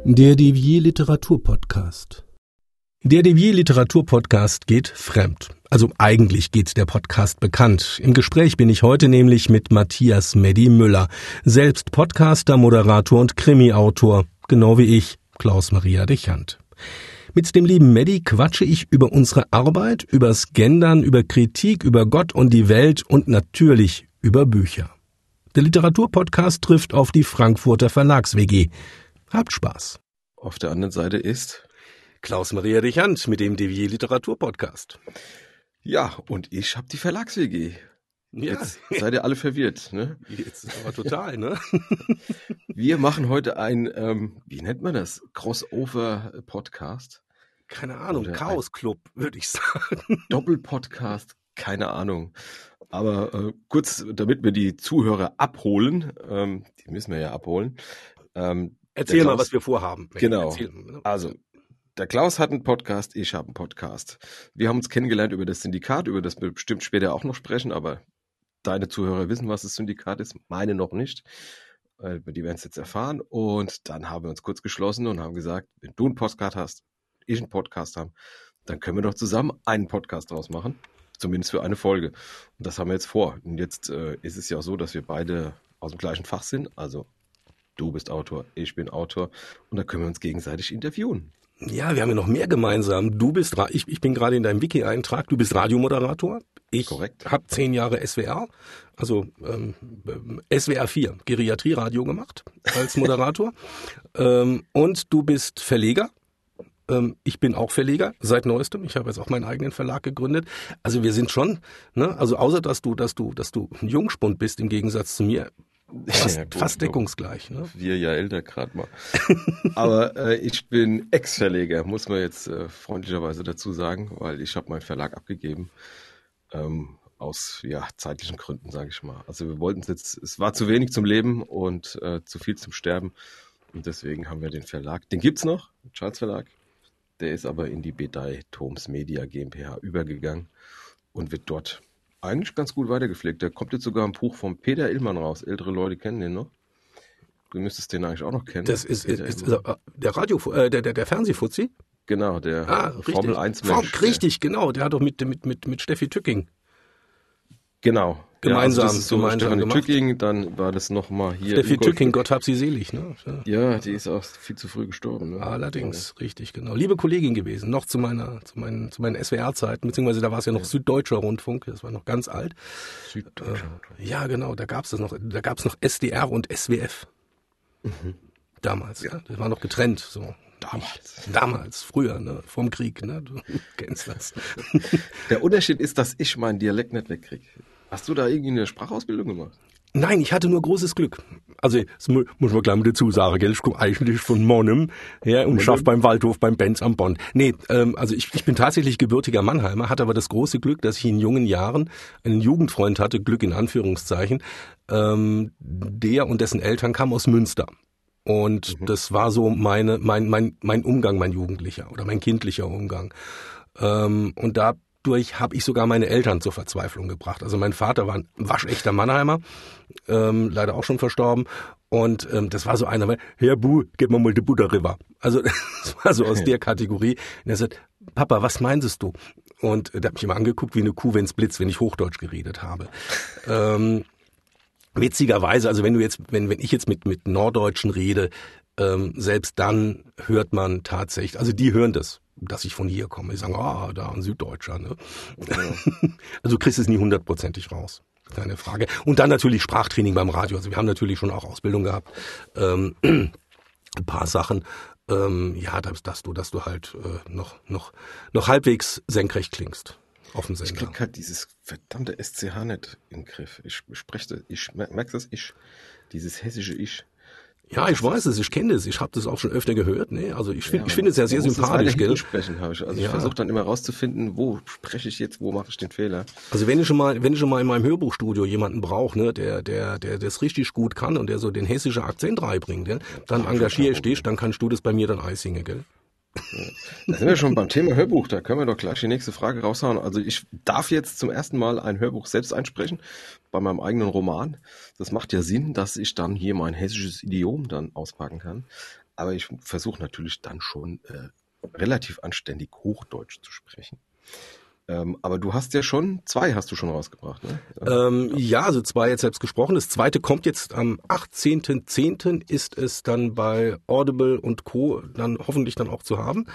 Der Devier Literaturpodcast. Der Devier Literaturpodcast geht fremd. Also eigentlich geht der Podcast bekannt. Im Gespräch bin ich heute nämlich mit Matthias Meddi Müller, selbst Podcaster, Moderator und Krimi-Autor, genau wie ich, Klaus-Maria Dechant. Mit dem lieben Meddi quatsche ich über unsere Arbeit, übers Gendern, über Kritik, über Gott und die Welt und natürlich über Bücher. Der Literaturpodcast trifft auf die Frankfurter Verlags-WG. Habt Spaß. Auf der anderen Seite ist Klaus-Maria Dechant mit dem Devier Literaturpodcast. Ja, und ich habe die Verlags-WG. Ja. Jetzt seid ihr alle verwirrt, ne? Jetzt aber total, ne? Wir machen heute ein, wie nennt man das? Crossover-Podcast? Keine Ahnung, Oder Chaos-Club, würde ich sagen. Doppel-Podcast? Keine Ahnung. Aber kurz, damit wir die Zuhörer abholen, die müssen wir ja abholen. Erzähl mal, was wir vorhaben. Genau. Erzähl. Also, der Klaus hat einen Podcast, ich habe einen Podcast. Wir haben uns kennengelernt über das Syndikat, über das wir bestimmt später auch noch sprechen, aber deine Zuhörer wissen, was das Syndikat ist, meine noch nicht. Die werden es jetzt erfahren. Und dann haben wir uns kurz geschlossen und haben gesagt, wenn du einen Podcast hast, ich einen Podcast habe, dann können wir doch zusammen einen Podcast draus machen. Zumindest für eine Folge. Und das haben wir jetzt vor. Und jetzt ist es ja so, dass wir beide aus dem gleichen Fach sind. Also du bist Autor, ich bin Autor. Und da können wir uns gegenseitig interviewen. Ja, wir haben ja noch mehr gemeinsam. Ich bin gerade in deinem Wiki-Eintrag, du bist Radiomoderator. Ich habe 10 Jahre SWR, also SWR 4, Geriatrie-Radio gemacht als Moderator. Und du bist Verleger. Ich bin auch Verleger seit neuestem. Ich habe jetzt auch meinen eigenen Verlag gegründet. Also wir sind schon, ne, also außer dass du ein Jungspund bist im Gegensatz zu mir, fast deckungsgleich. Ne? 4 Jahre älter gerade mal. Aber ich bin Ex-Verleger, muss man jetzt freundlicherweise dazu sagen, weil ich habe meinen Verlag abgegeben. Aus zeitlichen Gründen, sage ich mal. Also wir wollten es war zu wenig zum Leben und zu viel zum Sterben. Und deswegen haben wir den Verlag, den gibt's noch, Charles Verlag. Der ist aber in die Bedei Thoms Media GmbH übergegangen und wird dort eigentlich ganz gut weitergepflegt. Da kommt jetzt sogar ein Buch von Peter Illmann raus. Ältere Leute kennen den noch. Du müsstest den eigentlich auch noch kennen. Das ist der Fernsehfuzzi? Genau, der Formel 1 Mensch. Richtig, genau. Der hat doch mit Steffi Tücking. Genau. Gemeinsam, das ist so Stefanie Tücking, dann war das nochmal hier. Steffi Tücking, Gott hab sie selig, ne? Ja, die ist auch viel zu früh gestorben. Ne? Allerdings, richtig, genau. Liebe Kollegin gewesen, noch zu meinen SWR-Zeiten, beziehungsweise da war es ja noch Süddeutscher Rundfunk, das war noch ganz alt. Süddeutscher ja, genau, da gab's noch SDR und SWF. Mhm. Damals, ja. Das war noch getrennt, so. Damals, früher, ne, vom Krieg, ne, du kennst das. Der Unterschied ist, dass ich meinen Dialekt nicht wegkriege. Hast du da irgendwie eine Sprachausbildung gemacht? Nein, ich hatte nur großes Glück. Also, das muss man gleich mal dazu sagen, gell, ich komme eigentlich von Monnem her und schaffe beim Waldhof beim Benz am Bond. Nee, also ich bin tatsächlich gebürtiger Mannheimer, hatte aber das große Glück, dass ich in jungen Jahren einen Jugendfreund hatte, Glück in Anführungszeichen, der und dessen Eltern kamen aus Münster. Und das war so mein Umgang, mein jugendlicher oder mein kindlicher Umgang. Und dadurch habe ich sogar meine Eltern zur Verzweiflung gebracht. Also mein Vater war ein waschechter Mannheimer, leider auch schon verstorben. Und das war so einer, Herr Bu, gib mir mal die Butter rüber. Also das war so aus der Kategorie. Und er sagt, Papa, was meinst du? Und der hat mich immer angeguckt wie eine Kuh, wenn's blitzt, wenn ich Hochdeutsch geredet habe. Witzigerweise, also wenn ich jetzt mit Norddeutschen rede, selbst dann hört man tatsächlich, also die hören das, dass ich von hier komme. Die sagen, da ein Süddeutscher, ne? Ja. Also du kriegst es nie 100%ig raus. Keine Frage. Und dann natürlich Sprachtraining beim Radio. Also wir haben natürlich schon auch Ausbildung gehabt. Ein paar Sachen. Dass du halt noch halbwegs senkrecht klingst. Ich krieg halt dieses verdammte SCH nicht in den Griff. Merkst du das? Dieses hessische Ich. Ja, ich weiß es, ich kenne es, ich habe das auch schon öfter gehört. Ne? Also ich finde es ja sehr sympathisch, gell? Sprechen, habe ich. Also ich versuche dann immer rauszufinden, wo spreche ich jetzt, wo mache ich den Fehler. Also wenn ich schon mal in meinem Hörbuchstudio jemanden brauche, ne, der das richtig gut kann und der so den hessischen Akzent reinbringt, gell? Dann engagiere ich dich, dann kannst du das bei mir dann einsingen, gell? Da sind wir schon beim Thema Hörbuch, da können wir doch gleich die nächste Frage raushauen. Also ich darf jetzt zum ersten Mal ein Hörbuch selbst einsprechen, bei meinem eigenen Roman. Das macht ja Sinn, dass ich dann hier mein hessisches Idiom dann auspacken kann. aber ich versuche natürlich dann schon relativ anständig Hochdeutsch zu sprechen. Aber du hast ja schon, 2 hast du schon rausgebracht, ne? Ja, also 2 jetzt selbst gesprochen. Das zweite kommt jetzt am 18.10. ist es dann bei Audible und Co. dann hoffentlich dann auch zu haben.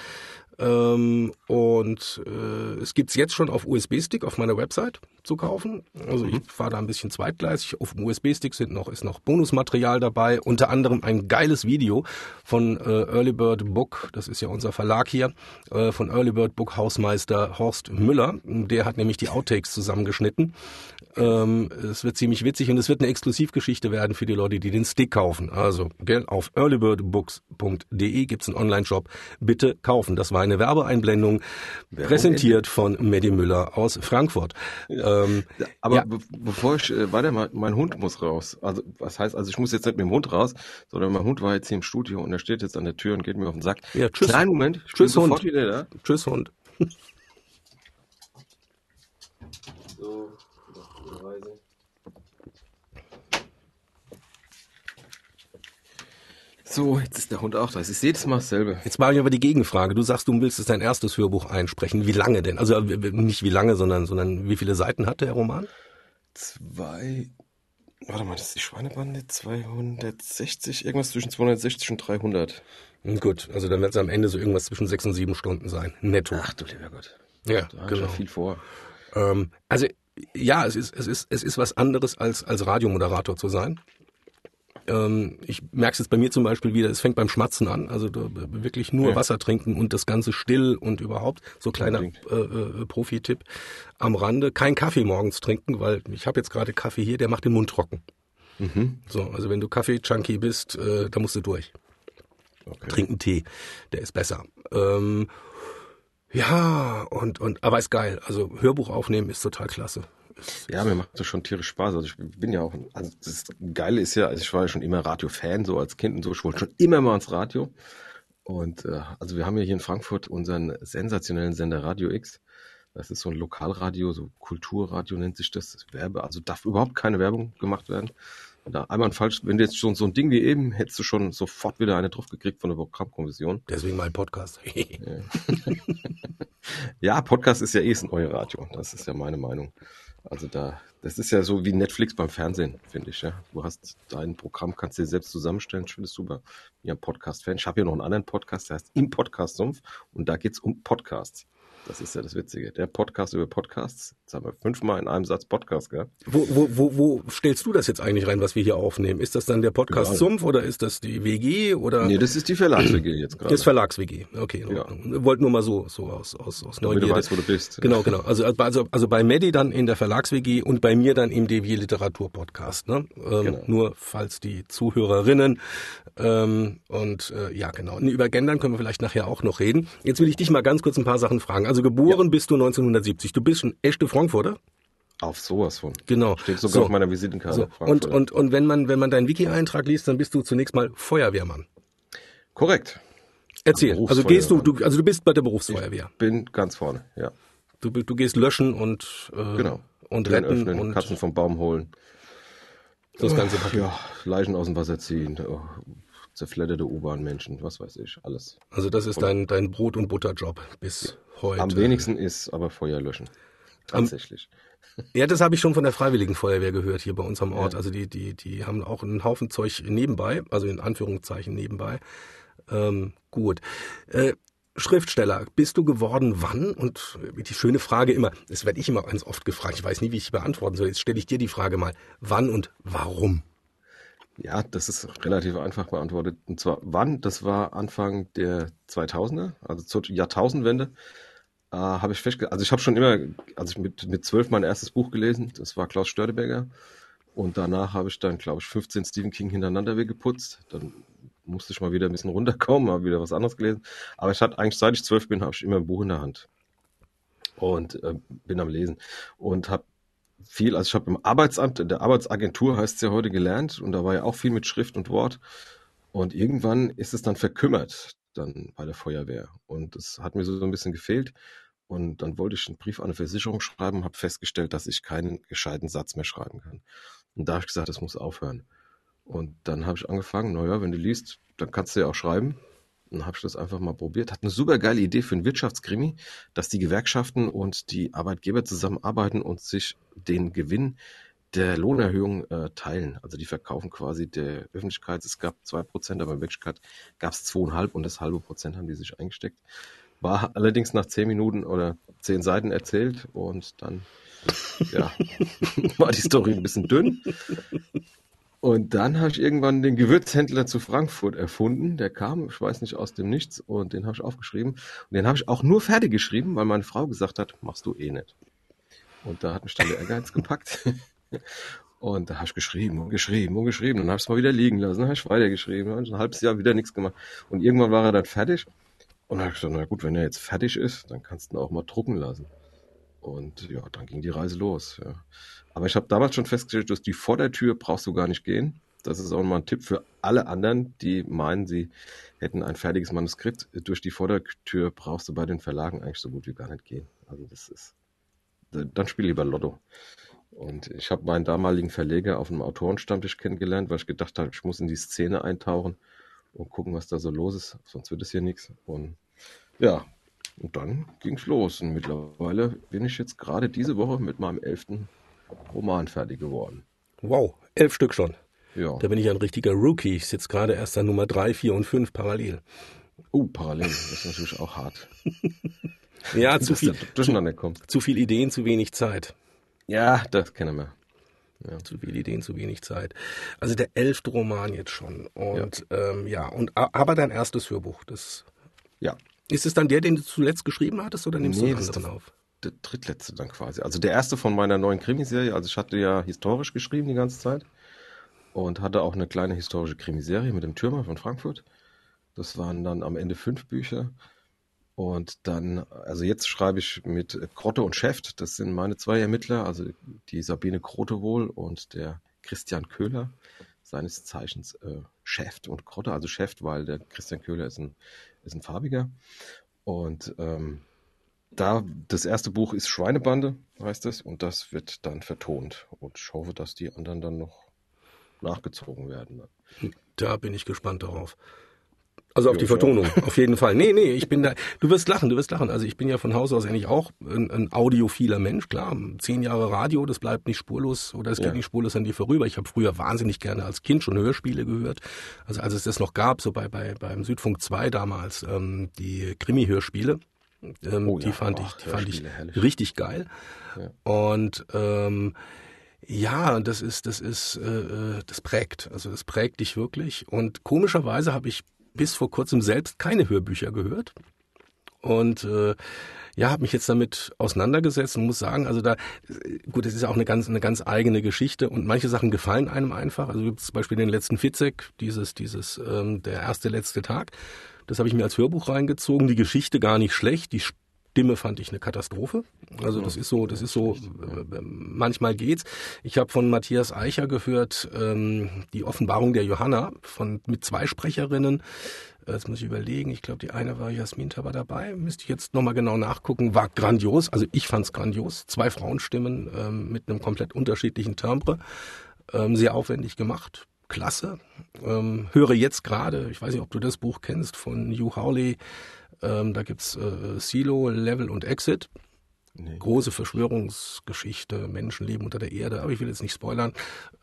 Es gibt's jetzt schon auf USB-Stick auf meiner Website zu kaufen. Also ich fahre da ein bisschen zweitgleisig. Auf dem USB-Stick ist noch Bonusmaterial dabei, unter anderem ein geiles Video von Early Bird Book, das ist ja unser Verlag hier, von Early Bird Book Hausmeister Horst Müller. Der hat nämlich die Outtakes zusammengeschnitten. Es wird ziemlich witzig und es wird eine Exklusivgeschichte werden für die Leute, die den Stick kaufen. Also auf earlybirdbooks.de gibt's einen Online-Shop. Bitte kaufen. Das war eine Werbeeinblendung, präsentiert von Medi Müller aus Frankfurt. Bevor ich mein Hund muss raus. Also was heißt, ich muss jetzt nicht mit dem Hund raus, sondern mein Hund war jetzt hier im Studio und er steht jetzt an der Tür und geht mir auf den Sack. Ja, tschüss. Kleinen Moment, ich tschüss bin Hund. sofort wieder da. Tschüss Hund. So, So, jetzt ist der Hund auch da. Ich sehe das mal dasselbe. Jetzt mache ich aber die Gegenfrage. Du sagst, du willst jetzt dein erstes Hörbuch einsprechen. Wie lange denn? Also nicht wie lange, sondern wie viele Seiten hat der Roman? Warte mal, das ist die Schweinebande, 260, irgendwas zwischen 260 und 300. Gut, also dann wird es am Ende so irgendwas zwischen 6 und 7 Stunden sein, netto. Ach du lieber Gott. Ja, da habe ich ja viel vor. Also ja, es ist was anderes als Radiomoderator zu sein. Ich merke es jetzt bei mir zum Beispiel wieder, es fängt beim Schmatzen an, also wirklich nur Wasser trinken und das Ganze still und überhaupt, so kleiner Profi-Tipp am Rande, kein Kaffee morgens trinken, weil ich habe jetzt gerade Kaffee hier, der macht den Mund trocken. So, also wenn du Kaffee-Junkie bist, da musst du durch. Okay. Trinken Tee, der ist besser. Aber ist geil, also Hörbuch aufnehmen ist total klasse. Ja, mir macht das schon tierisch Spaß. Also ich bin ja auch, also das Geile ist ja, also ich war ja schon immer Radio-Fan, so als Kind und so, ich wollte schon immer mal ans Radio. Und also wir haben ja hier in Frankfurt unseren sensationellen Sender Radio X. Das ist so ein Lokalradio, so Kulturradio nennt sich das. Also darf überhaupt keine Werbung gemacht werden. Und da einmal falsch, wenn du jetzt schon so ein Ding wie eben, hättest du schon sofort wieder eine drauf gekriegt von der Programmkommission. Deswegen mein Podcast. Ja, Podcast ist ja ein neues Radio. Das ist ja meine Meinung. Also das ist ja so wie Netflix beim Fernsehen, finde ich. Ja, du hast dein Programm, kannst dir selbst zusammenstellen. Ich finde es super. Ich bin ja Podcast-Fan. Ich habe hier noch einen anderen Podcast, der heißt Im Podcast-Sumpf und da geht's um Podcasts. Das ist ja das Witzige. Der Podcast über Podcasts. Jetzt haben wir 5-mal in einem Satz Podcast gehabt. Wo stellst du das jetzt eigentlich rein, was wir hier aufnehmen? Ist das dann der Podcast Sumpf oder ist das die WG oder? Nee, das ist die Verlags-WG jetzt gerade. Das Verlags-WG. Okay. Ja. Wollte nur mal so aus Neugierde. Du weißt, wo du bist. Genau. Also bei Medi dann in der Verlags-WG und bei mir dann im Devier Literatur-Podcast, ne? Genau. Nur falls die Zuhörerinnen ja, genau. Über Gendern können wir vielleicht nachher auch noch reden. Jetzt will ich dich mal ganz kurz ein paar Sachen fragen. Also geboren bist du 1970. Du bist schon echte Frankfurter? Auf sowas von. Genau. Steht sogar auf meiner Visitenkarte. So. Und wenn man deinen Wiki-Eintrag liest, dann bist du zunächst mal Feuerwehrmann. Korrekt. Erzähl. Also du bist bei der Berufsfeuerwehr. Ich bin ganz vorne, ja. Du gehst löschen und genau. Und retten öffnen, und Katzen vom Baum holen. Das ganze Paket. Ja, Leichen aus dem Wasser ziehen, zerfledderte U-Bahn-Menschen, was weiß ich, alles. Also das ist dein Brot- und Butterjob bis heute. Am wenigsten ist aber Feuer löschen. Tatsächlich. Ja, das habe ich schon von der Freiwilligen Feuerwehr gehört hier bei uns am Ort. Ja. Also die haben auch einen Haufen Zeug nebenbei, also in Anführungszeichen nebenbei. Gut. Schriftsteller, bist du geworden wann? Und die schöne Frage immer, das werde ich immer ganz oft gefragt, ich weiß nie, wie ich beantworten soll. Jetzt stelle ich dir die Frage mal, wann und warum? Ja, das ist relativ einfach beantwortet. Und zwar wann? Das war Anfang der 2000er, also zur Jahrtausendwende. Habe ich festgestellt, also ich habe schon immer, also ich mit 12 mein erstes Buch gelesen, das war Klaus Störtebeker. Und danach habe ich dann, glaube ich, 15 Stephen King hintereinander weggeputzt. Dann musste ich mal wieder ein bisschen runterkommen, habe wieder was anderes gelesen. Aber ich hatte eigentlich, seit ich 12 bin, habe ich immer ein Buch in der Hand. Und bin am Lesen. Und habe viel, also ich habe im Arbeitsamt, in der Arbeitsagentur heißt es ja heute, gelernt. Und da war ja auch viel mit Schrift und Wort. Und irgendwann ist es dann verkümmert, dann bei der Feuerwehr. Und das hat mir so ein bisschen gefehlt. Und dann wollte ich einen Brief an eine Versicherung schreiben und habe festgestellt, dass ich keinen gescheiten Satz mehr schreiben kann. Und da habe ich gesagt, das muss aufhören. Und dann habe ich angefangen, naja, wenn du liest, dann kannst du ja auch schreiben. Dann habe ich das einfach mal probiert. Hat eine super geile Idee für einen Wirtschaftskrimi, dass die Gewerkschaften und die Arbeitgeber zusammenarbeiten und sich den Gewinn der Lohnerhöhung teilen. Also die verkaufen quasi der Öffentlichkeit, es gab 2%, aber in Wirklichkeit gab es 2,5 und das halbe Prozent haben die sich eingesteckt. War allerdings nach 10 Minuten oder 10 Seiten erzählt und dann ja, war die Story ein bisschen dünn. Und dann habe ich irgendwann den Gewürzhändler zu Frankfurt erfunden. Der kam, ich weiß nicht, aus dem Nichts und den habe ich aufgeschrieben. Und den habe ich auch nur fertig geschrieben, weil meine Frau gesagt hat, machst du eh nicht. Und da hat mich dann der Ehrgeiz gepackt. Und da habe ich geschrieben und geschrieben und geschrieben. Dann habe ich es mal wieder liegen lassen. Dann habe ich weitergeschrieben. Dann habe ich ein halbes Jahr wieder nichts gemacht. Und irgendwann war er dann fertig. Und dann habe ich gesagt, na gut, wenn er jetzt fertig ist, dann kannst du ihn auch mal drucken lassen. Und ja, dann ging die Reise los. Ja. Aber ich habe damals schon festgestellt, dass die Vordertür brauchst du gar nicht gehen. Das ist auch mal ein Tipp für alle anderen, die meinen, sie hätten ein fertiges Manuskript. Durch die Vordertür brauchst du bei den Verlagen eigentlich so gut wie gar nicht gehen. Also das ist, dann spiel lieber Lotto. Und ich habe meinen damaligen Verleger auf einem Autorenstammtisch kennengelernt, weil ich gedacht habe, ich muss in die Szene eintauchen und gucken, was da so los ist. Sonst wird es hier nichts. Und ja, und dann ging's los. Und mittlerweile bin ich jetzt gerade diese Woche mit meinem 11. Roman fertig geworden. Wow, 11 Stück schon. Ja. Da bin ich ein richtiger Rookie. Ich sitze gerade erst an Nummer 3, 4 und 5 parallel. Parallel. Das ist natürlich auch hart. Ja, zu viel durcheinander kommt. Zu viel Ideen, zu wenig Zeit. Ja, das kennen wir. Ja. Zu viele Ideen, zu wenig Zeit. Also der 11. Roman jetzt schon. Und aber dein erstes Hörbuch. Ja. Ist es dann der, den du zuletzt geschrieben hattest, oder nimmst du einen anderen auf? Der drittletzte dann quasi. Also der erste von meiner neuen Krimiserie. Also ich hatte ja historisch geschrieben die ganze Zeit und hatte auch eine kleine historische Krimiserie mit dem Türmer von Frankfurt. Das waren dann am Ende 5 Bücher. Und dann, also jetzt schreibe ich mit Krotte und Schäft. Das sind meine 2 Ermittler, also die Sabine Krotte wohl und der Christian Köhler, seines Zeichens Schäft und Krotte. Also Schäft, weil der Christian Köhler ist ein Farbiger. Und das erste Buch ist Schweinebande, heißt es, und das wird dann vertont. Und ich hoffe, dass die anderen dann noch nachgezogen werden. Da bin ich gespannt darauf. Also auf die Vertonung, auf jeden Fall. Nee, ich bin da, du wirst lachen. Also ich bin ja von Haus aus eigentlich auch ein audiophiler Mensch, klar. 10 Jahre Radio, das bleibt nicht spurlos oder es geht nicht spurlos an dir vorüber. Ich habe früher wahnsinnig gerne als Kind schon Hörspiele gehört. Also als es das noch gab, so beim Südfunk 2 damals, die Krimi-Hörspiele. Die fand ich richtig geil. Ja. Und das prägt. Also das prägt dich wirklich. Und komischerweise habe ich bis vor kurzem selbst keine Hörbücher gehört. Und habe mich jetzt damit auseinandergesetzt und muss sagen, also das ist ja auch eine ganz eigene Geschichte und manche Sachen gefallen einem einfach. Also gibt es zum Beispiel den letzten Fitzek, der erste letzte Tag. Das habe ich mir als Hörbuch reingezogen. Die Geschichte gar nicht schlecht. Die Stimme fand ich eine Katastrophe. Also das ist so, manchmal geht's. Ich habe von Matthias Eicher gehört, die Offenbarung der Johanna mit 2 Sprecherinnen. Jetzt muss ich überlegen, ich glaube, die eine war Jasmin Taber dabei. Müsste ich jetzt nochmal genau nachgucken. War grandios, also ich fand's grandios. 2 Frauenstimmen mit einem komplett unterschiedlichen Timbre. Sehr aufwendig gemacht. Klasse. Höre jetzt gerade, ich weiß nicht, ob du das Buch kennst, von Hugh Howley. Da gibt's Silo, Level und Exit. Nee. Große Verschwörungsgeschichte, Menschen leben unter der Erde, aber ich will jetzt nicht spoilern.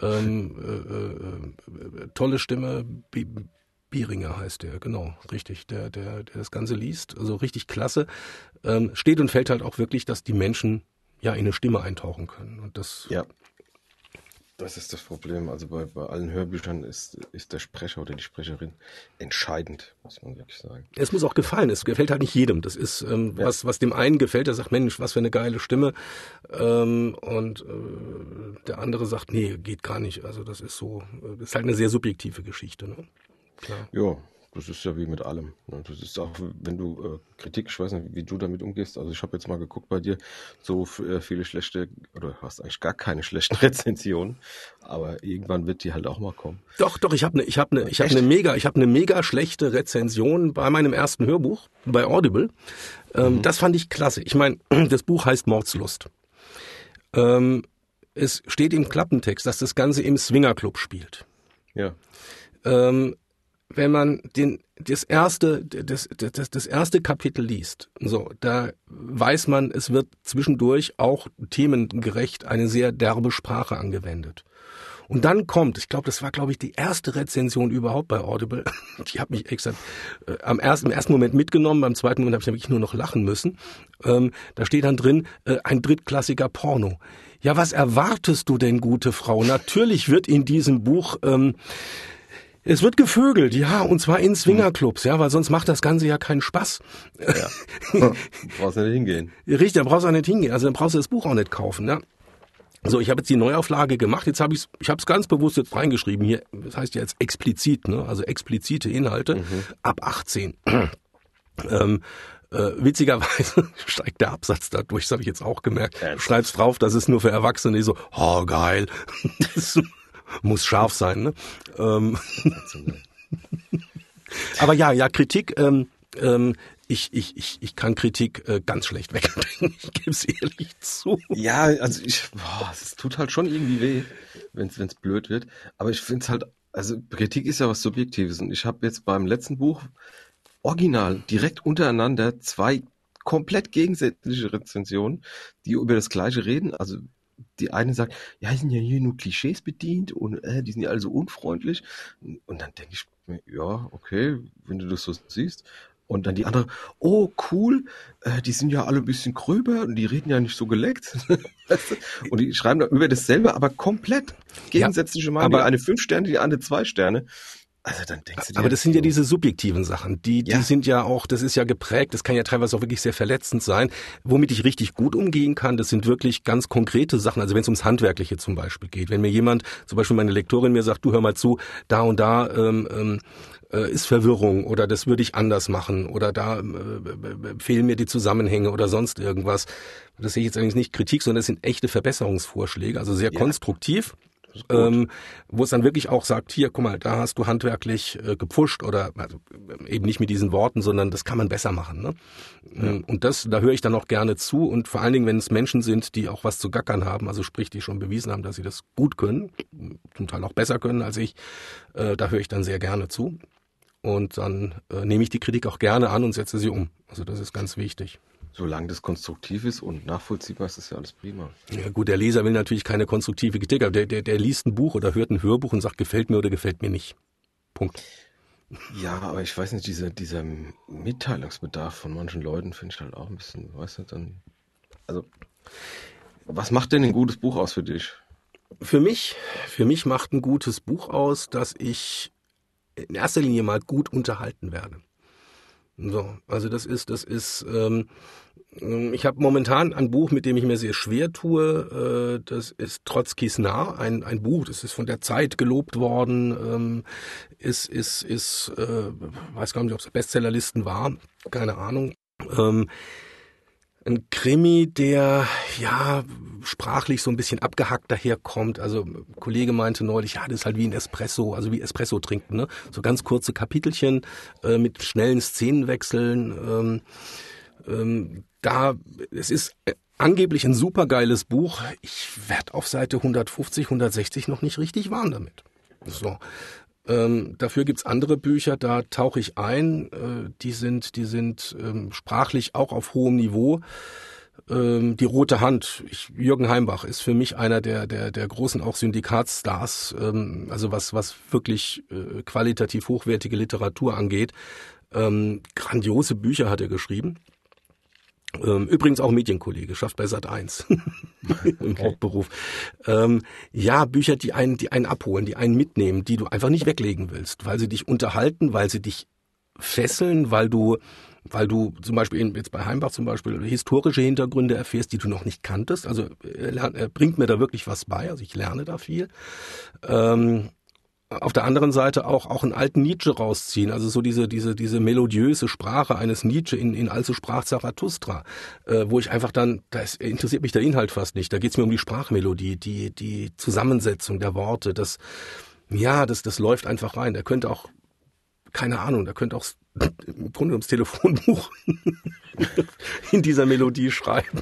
Tolle Stimme, Bieringer heißt der, genau, richtig, der das Ganze liest, also richtig klasse. Steht und fällt halt auch wirklich, dass die Menschen ja in eine Stimme eintauchen können. Und das Das ist das Problem. Also bei allen Hörbüchern ist der Sprecher oder die Sprecherin entscheidend, muss man wirklich sagen. Es muss auch gefallen. Es gefällt halt nicht jedem. Das ist was dem einen gefällt, der sagt, Mensch, was für eine geile Stimme. Und der andere sagt, nee, geht gar nicht. Also das ist halt eine sehr subjektive Geschichte. Ne? Klar. Ja, das ist ja wie mit allem. Das ist auch, wenn du Kritik, ich weiß nicht, wie du damit umgehst. Also ich habe jetzt mal geguckt bei dir, so viele schlechte, oder hast eigentlich gar keine schlechten Rezensionen, aber irgendwann wird die halt auch mal kommen. Doch, ich habe eine mega schlechte Rezension bei meinem ersten Hörbuch bei Audible. Das fand ich klasse. Ich meine, das Buch heißt Mordslust. Es steht im Klappentext, dass das Ganze im Swingerclub spielt. Ja. Wenn man das erste Kapitel liest, so, da weiß man, es wird zwischendurch auch themengerecht eine sehr derbe Sprache angewendet. Und dann kommt, ich glaube, das war, die erste Rezension überhaupt bei Audible. Die hat mich extra im ersten Moment mitgenommen, beim zweiten Moment habe ich dann wirklich nur noch lachen müssen. Da steht dann drin, ein drittklassiger Porno. Ja, was erwartest du denn, gute Frau? Natürlich wird in diesem Buch es wird gevögelt, ja, und zwar in Swingerclubs, ja, weil sonst macht das Ganze ja keinen Spaß. Ja. Du brauchst ja nicht hingehen. Richtig, da brauchst du auch nicht hingehen. Also dann brauchst du das Buch auch nicht kaufen, ne? So, ich habe jetzt die Neuauflage gemacht, ich habe es ganz bewusst jetzt reingeschrieben hier, das heißt ja jetzt explizit, ne, also explizite Inhalte ab 18. Witzigerweise steigt der Absatz dadurch, das habe ich jetzt auch gemerkt. Du schreibst drauf, das ist nur für Erwachsene, die so, oh geil, das muss scharf sein, ne? Aber ja, Kritik, ich kann Kritik ganz schlecht wegbringen, ich gebe es ehrlich zu. Ja, also es tut halt schon irgendwie weh, wenn es blöd wird. Aber ich finde es halt, also Kritik ist ja was Subjektives. Und ich habe jetzt beim letzten Buch original direkt untereinander 2 komplett gegensätzliche Rezensionen, die über das Gleiche reden. Also die eine sagt, ja, sind ja hier nur Klischees bedient und die sind ja alle so unfreundlich. Und dann denke ich mir, ja, okay, wenn du das so siehst. Und dann die andere, oh cool, die sind ja alle ein bisschen gröber und die reden ja nicht so geleckt. Und die schreiben da über dasselbe, aber komplett gegensätzliche Meinung. Die eine 5 Sterne, die andere 2 Sterne. Also dann denkst du dir, aber das sind ja diese subjektiven Sachen, die sind ja auch, das ist ja geprägt, das kann ja teilweise auch wirklich sehr verletzend sein. Womit ich richtig gut umgehen kann, das sind wirklich ganz konkrete Sachen, also wenn es ums Handwerkliche zum Beispiel geht. Wenn mir jemand, zum Beispiel meine Lektorin mir sagt, du hör mal zu, da und da ist Verwirrung oder das würde ich anders machen oder da fehlen mir die Zusammenhänge oder sonst irgendwas. Das sehe ich jetzt eigentlich nicht Kritik, sondern das sind echte Verbesserungsvorschläge, also sehr konstruktiv. Wo es dann wirklich auch sagt, hier, guck mal, da hast du handwerklich gepfuscht oder also eben nicht mit diesen Worten, sondern das kann man besser machen. Ne? Ja. Und da höre ich dann auch gerne zu und vor allen Dingen, wenn es Menschen sind, die auch was zu gackern haben, also sprich, die schon bewiesen haben, dass sie das gut können, zum Teil auch besser können als ich, da höre ich dann sehr gerne zu und dann nehme ich die Kritik auch gerne an und setze sie um. Also das ist ganz wichtig. Solange das konstruktiv ist und nachvollziehbar ist, ist ja alles prima. Ja gut, der Leser will natürlich keine konstruktive Kritik, aber der liest ein Buch oder hört ein Hörbuch und sagt, gefällt mir oder gefällt mir nicht. Punkt. Ja, aber ich weiß nicht, dieser Mitteilungsbedarf von manchen Leuten finde ich halt auch ein bisschen, weißt du, dann, also, was macht denn ein gutes Buch aus für dich? Für mich macht ein gutes Buch aus, dass ich in erster Linie mal gut unterhalten werde. So, also das ist, ich habe momentan ein Buch, mit dem ich mir sehr schwer tue. Das ist Trotzkis Narr, ein Buch. Das ist von der Zeit gelobt worden. Weiß gar nicht, ob es Bestsellerlisten war. Keine Ahnung. Ein Krimi, der ja sprachlich so ein bisschen abgehackt daherkommt. Also ein Kollege meinte neulich, ja, das ist halt wie ein Espresso, also wie Espresso trinken, ne? So ganz kurze Kapitelchen mit schnellen Szenenwechseln. Es ist angeblich ein supergeiles Buch. Ich werde auf Seite 150, 160 noch nicht richtig warm damit. So. Dafür gibt's andere Bücher, da tauche ich ein. Die sind sprachlich auch auf hohem Niveau. Die Rote Hand, Jürgen Heimbach ist für mich einer der großen auch Syndikatsstars, also was wirklich qualitativ hochwertige Literatur angeht. Grandiose Bücher hat er geschrieben. Übrigens auch Medienkollege, schafft bei Sat.1 im Hauptberuf. Bücher, die einen abholen, die einen mitnehmen, die du einfach nicht weglegen willst, weil sie dich unterhalten, weil sie dich fesseln, weil du zum Beispiel jetzt bei Heimbach zum Beispiel historische Hintergründe erfährst, die du noch nicht kanntest. Also er bringt mir da wirklich was bei, also ich lerne da viel. Auf der anderen Seite auch einen alten Nietzsche rausziehen, also so diese melodiöse Sprache eines Nietzsche in Also sprach Zarathustra, wo ich einfach dann, das interessiert mich der Inhalt fast nicht, da geht's mir um die Sprachmelodie, die Zusammensetzung der Worte, das läuft einfach rein. Der könnte auch, keine Ahnung, der könnte auch im Grunde ums Telefonbuch in dieser Melodie schreiben.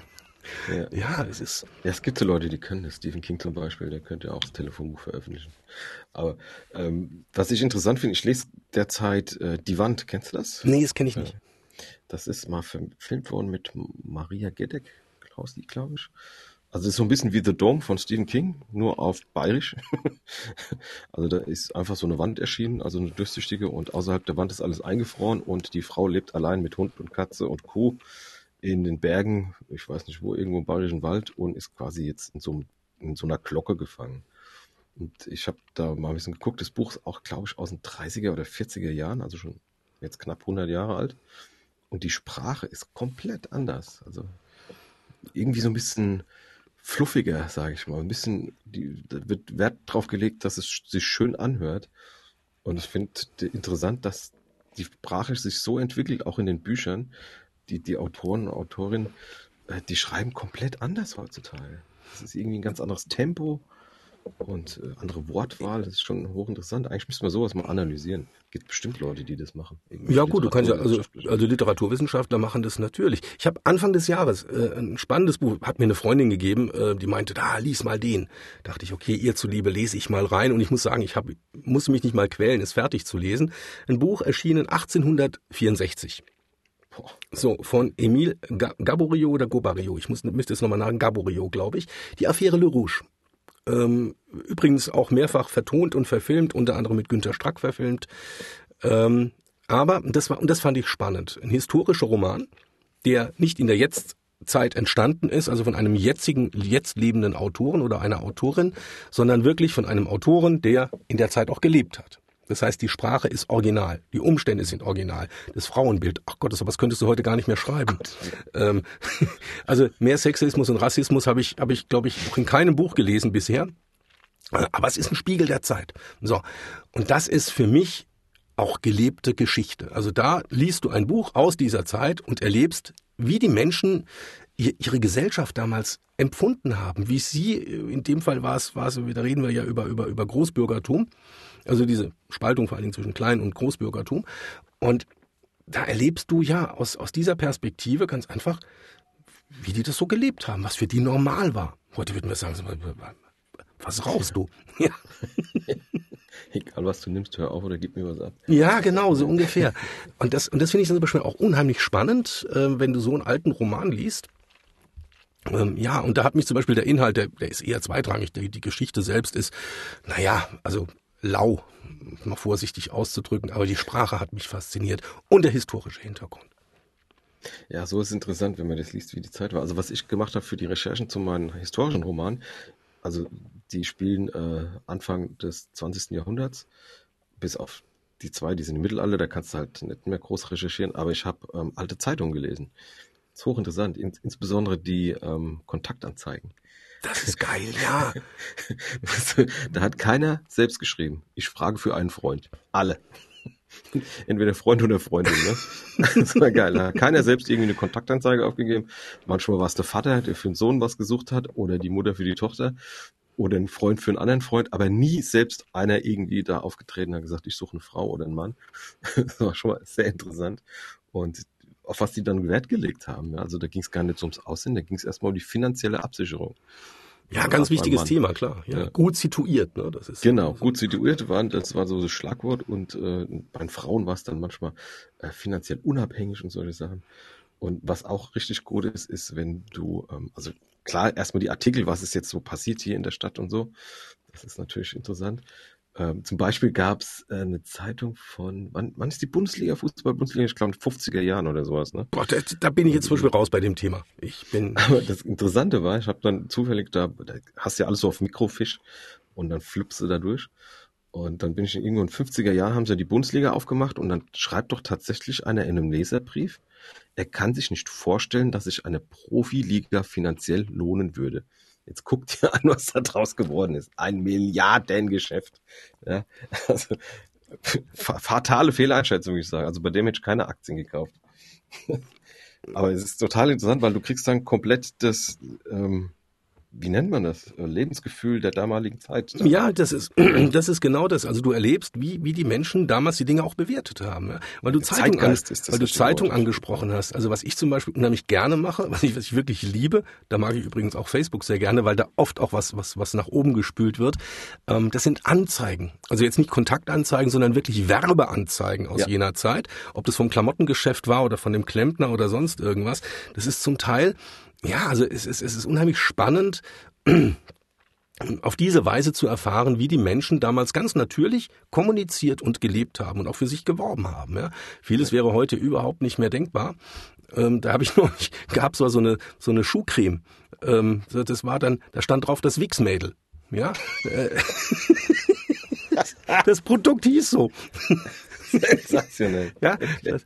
Ja. Ja, es ist. Ja, es gibt so Leute, die können das. Stephen King zum Beispiel, der könnte ja auch das Telefonbuch veröffentlichen. Aber was ich interessant finde, ich lese derzeit Die Wand, kennst du das? Nee, das kenne ich Äh, nicht. Das ist mal verfilmt worden mit Maria Gedeck, glaube ich. Also es ist so ein bisschen wie The Dome von Stephen King, nur auf Bayerisch. Also da ist einfach so eine Wand erschienen, also eine durchsichtige, und außerhalb der Wand ist alles eingefroren und die Frau lebt allein mit Hund und Katze und Kuh in den Bergen, ich weiß nicht wo, irgendwo im Bayerischen Wald, und ist quasi jetzt in so einer Glocke gefangen. Und ich habe da mal ein bisschen geguckt, das Buch ist auch, glaube ich, aus den 30er oder 40er Jahren, also schon jetzt knapp 100 Jahre alt. Und die Sprache ist komplett anders. Also irgendwie so ein bisschen fluffiger, sage ich mal. Ein bisschen, da wird Wert drauf gelegt, dass es sich schön anhört. Und ich finde interessant, dass die Sprache sich so entwickelt, auch in den Büchern. Die Autoren und Autorinnen, die schreiben komplett anders heutzutage. Es ist irgendwie ein ganz anderes Tempo und andere Wortwahl. Das ist schon hochinteressant. Eigentlich müsste man sowas mal analysieren. Gibt bestimmt Leute, die das machen. Ja gut, du kannst ja, Literaturwissenschaftler. also Literaturwissenschaftler machen das natürlich. Ich habe Anfang des Jahres ein spannendes Buch, hat mir eine Freundin gegeben, die meinte, da, lies mal den. Dachte ich, okay, ihr zuliebe lese ich mal rein, und ich muss sagen, musste mich nicht mal quälen, es fertig zu lesen. Ein Buch erschienen 1864. Boah. So, von Émile Gaboriau oder Gobariau, müsste es nochmal nach Gaboriau, glaube ich. Die Affäre Le Rouge. Übrigens auch mehrfach vertont und verfilmt, unter anderem mit Günter Strack verfilmt. Aber das fand ich spannend. Ein historischer Roman, der nicht in der Jetztzeit entstanden ist, also von einem jetzt lebenden Autoren oder einer Autorin, sondern wirklich von einem Autoren, der in der Zeit auch gelebt hat. Das heißt, die Sprache ist original, die Umstände sind original, das Frauenbild, ach Gott, sowas könntest du heute gar nicht mehr schreiben. Also mehr Sexismus und Rassismus habe ich, glaube ich, noch in keinem Buch gelesen bisher. Aber es ist ein Spiegel der Zeit. So, und das ist für mich auch gelebte Geschichte. Also da liest du ein Buch aus dieser Zeit und erlebst, wie die Menschen ihre Gesellschaft damals empfunden haben, wie sie, in dem Fall da reden wir ja über Großbürgertum, also diese Spaltung vor allen Dingen zwischen Klein- und Großbürgertum. Und da erlebst du ja aus dieser Perspektive ganz einfach, wie die das so gelebt haben, was für die normal war. Heute würden wir sagen, was rauchst du? Ja. Egal was du nimmst, hör auf oder gib mir was ab. Ja, genau, so ungefähr. Und das finde ich dann zum Beispiel auch unheimlich spannend, wenn du so einen alten Roman liest. Ja, und da hat mich zum Beispiel der Inhalt, der ist eher zweitrangig. Die Geschichte selbst ist, naja, also lau, mal vorsichtig auszudrücken, aber die Sprache hat mich fasziniert und der historische Hintergrund. Ja, so ist es interessant, wenn man das liest, wie die Zeit war. Also was ich gemacht habe für die Recherchen zu meinem historischen Roman, also die spielen Anfang des 20. Jahrhunderts, bis auf die zwei, die sind im Mittelalter, da kannst du halt nicht mehr groß recherchieren, aber ich habe alte Zeitungen gelesen. Das ist hochinteressant, insbesondere die Kontaktanzeigen. Das ist geil, ja. Da hat keiner selbst geschrieben. Ich frage für einen Freund. Alle. Entweder Freund oder Freundin, ne? Das war geil. Da hat keiner selbst irgendwie eine Kontaktanzeige aufgegeben. Manchmal war es der Vater, der für den Sohn was gesucht hat, oder die Mutter für die Tochter, oder ein Freund für einen anderen Freund, aber nie selbst einer irgendwie da aufgetreten hat, gesagt, ich suche eine Frau oder einen Mann. Das war schon mal sehr interessant. Und auf was die dann Wert gelegt haben. Ja? Also da ging es gar nicht so ums Aussehen, da ging es erstmal um die finanzielle Absicherung. Ja, ganz wichtiges Thema, klar. Ja, Ja. Gut situiert, ne? Das ist Genau, gut situiert das war so das Schlagwort, und bei den Frauen war es dann manchmal finanziell unabhängig und solche Sachen. Und was auch richtig gut ist, ist, wenn du, also klar, erstmal die Artikel, was ist jetzt so passiert hier in der Stadt und so, das ist natürlich interessant. Zum Beispiel gab es eine Zeitung von, wann ist die Bundesliga, Fußball-Bundesliga? Ich glaube, in den 50er Jahren oder sowas, ne? Boah, da bin ich jetzt zum Beispiel raus bei dem Thema. Aber das Interessante war, ich habe dann zufällig da hast ja alles so auf Mikrofisch und dann flippst du da durch. Und dann bin ich irgendwo in den 50er Jahren, haben sie ja die Bundesliga aufgemacht, und dann schreibt doch tatsächlich einer in einem Leserbrief, er kann sich nicht vorstellen, dass sich eine Profiliga finanziell lohnen würde. Jetzt guckt ihr an, was da draus geworden ist. Ein Milliardengeschäft. Ja, also, fatale Fehleinschätzung, würde ich sagen. Also bei dem hätte ich keine Aktien gekauft. Aber es ist total interessant, weil du kriegst dann komplett wie nennt man das? Lebensgefühl der damaligen Zeit. Ja, das ist genau das. Also du erlebst, wie die Menschen damals die Dinge auch bewertet haben. Ja? Weil du Zeitung angesprochen hast. Also was ich zum Beispiel unheimlich gerne mache, was ich wirklich liebe, da mag ich übrigens auch Facebook sehr gerne, weil da oft auch was nach oben gespült wird. Das sind Anzeigen. Also jetzt nicht Kontaktanzeigen, sondern wirklich Werbeanzeigen aus jener Zeit. Ob das vom Klamottengeschäft war oder von dem Klempner oder sonst irgendwas. Das ist zum Teil, ja, also es ist unheimlich spannend, auf diese Weise zu erfahren, wie die Menschen damals ganz natürlich kommuniziert und gelebt haben und auch für sich geworben haben. Ja. Vieles wäre heute überhaupt nicht mehr denkbar. Da habe ich neulich, gab so eine Schuhcreme. Das war dann, da stand drauf das Wichsmädel. Ja. Das Produkt hieß so. Sensationell. Ja,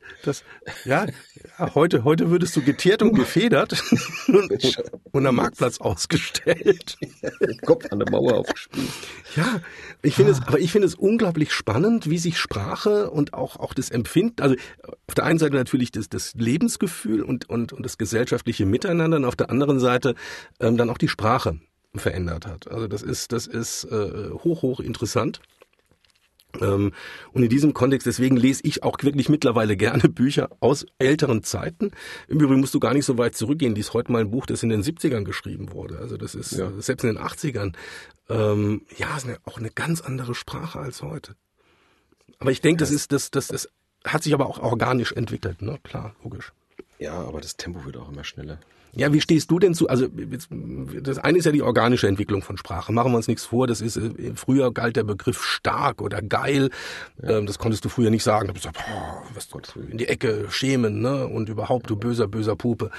heute würdest du geteert und gefedert und am Marktplatz ausgestellt. Mit Kopf an der Mauer aufgespielt. Ja, ich finde es unglaublich spannend, wie sich Sprache und auch das Empfinden, also auf der einen Seite natürlich das Lebensgefühl und das gesellschaftliche Miteinander und auf der anderen Seite dann auch die Sprache verändert hat. Also das ist hoch interessant. Und in diesem Kontext, deswegen lese ich auch wirklich mittlerweile gerne Bücher aus älteren Zeiten. Im Übrigen musst du gar nicht so weit zurückgehen. Dies ist heute mal ein Buch, das in den 70ern geschrieben wurde. Also das ist selbst in den 80ern. Ist auch eine ganz andere Sprache als heute. Aber ich denke, das hat sich aber auch organisch entwickelt, ne? Klar, logisch. Ja, aber das Tempo wird auch immer schneller. Ja, wie stehst du denn zu, also das eine ist ja die organische Entwicklung von Sprache, machen wir uns nichts vor, das ist, früher galt der Begriff stark oder geil, das konntest du früher nicht sagen, du bist was in die Ecke schämen, ne, und überhaupt, du böser Pupe.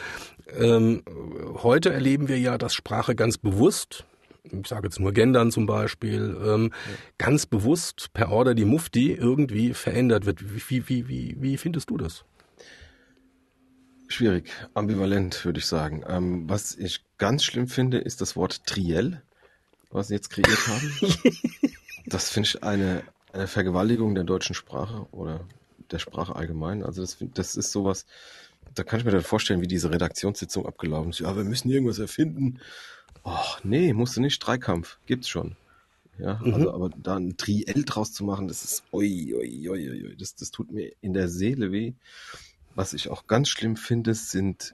Heute erleben wir ja, dass Sprache ganz bewusst, ich sage jetzt nur gendern zum Beispiel, ganz bewusst per Order die Mufti irgendwie verändert wird. Wie findest du das? Schwierig, ambivalent würde ich sagen. Was ich ganz schlimm finde, ist das Wort Triell, was sie jetzt kreiert haben. Das finde ich eine Vergewaltigung der deutschen Sprache oder der Sprache allgemein. Also das ist sowas, da kann ich mir dann vorstellen, wie diese Redaktionssitzung abgelaufen ist. Ja, wir müssen irgendwas erfinden. Och, nee, musst du nicht, Dreikampf, gibt's schon. Ja, also aber da ein Triell draus zu machen, das ist das tut mir in der Seele weh. Was ich auch ganz schlimm finde, sind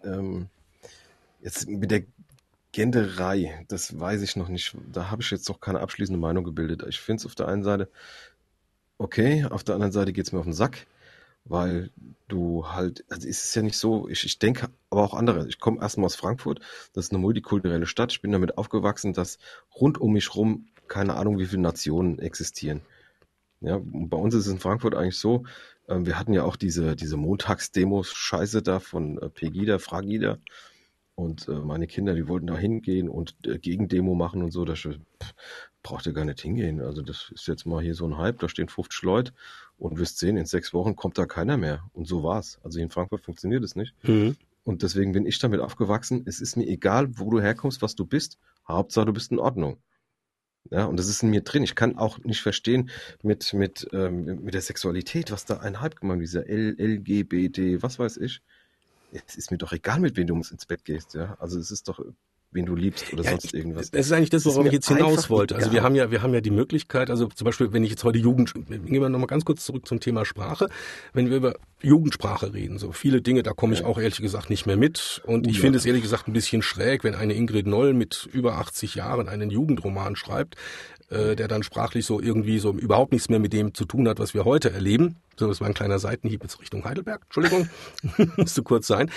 jetzt mit der Genderei, das weiß ich noch nicht, da habe ich jetzt noch keine abschließende Meinung gebildet. Ich finde es auf der einen Seite okay, auf der anderen Seite geht es mir auf den Sack, weil du halt, also es ist ja nicht so, ich denke aber auch andere, ich komme erstmal aus Frankfurt, das ist eine multikulturelle Stadt, ich bin damit aufgewachsen, dass rund um mich rum keine Ahnung wie viele Nationen existieren. Ja, und bei uns ist es in Frankfurt eigentlich so, wir hatten ja auch diese Montagsdemos-Scheiße da von Pegida, Fragida. Und meine Kinder, die wollten da hingehen und Gegendemo machen und so. Da braucht ihr gar nicht hingehen. Also das ist jetzt mal hier so ein Hype, da stehen 50 Leute und wirst sehen, in 6 Wochen kommt da keiner mehr. Und so war's. Also in Frankfurt funktioniert es nicht. Und deswegen bin ich damit aufgewachsen. Es ist mir egal, wo du herkommst, was du bist. Hauptsache, du bist in Ordnung. Ja, und das ist in mir drin. Ich kann auch nicht verstehen mit der Sexualität, was da ein Hype gemacht, dieser LGBT, was weiß ich. Es ist mir doch egal, mit wem du ins Bett gehst, ja. Also es ist doch, wen du liebst oder sonst irgendwas. Das ist eigentlich das, worauf ich jetzt hinaus wollte. Also wir haben ja die Möglichkeit, also zum Beispiel, wenn ich jetzt heute gehen wir nochmal ganz kurz zurück zum Thema Sprache. Wenn wir über Jugendsprache reden, so viele Dinge, da komme ich auch ehrlich gesagt nicht mehr mit. Und ich finde es ehrlich gesagt ein bisschen schräg, wenn eine Ingrid Noll mit über 80 Jahren einen Jugendroman schreibt, der dann sprachlich so irgendwie so überhaupt nichts mehr mit dem zu tun hat, was wir heute erleben. So, das war ein kleiner Seitenhieb jetzt Richtung Heidelberg. Entschuldigung, musste kurz sein.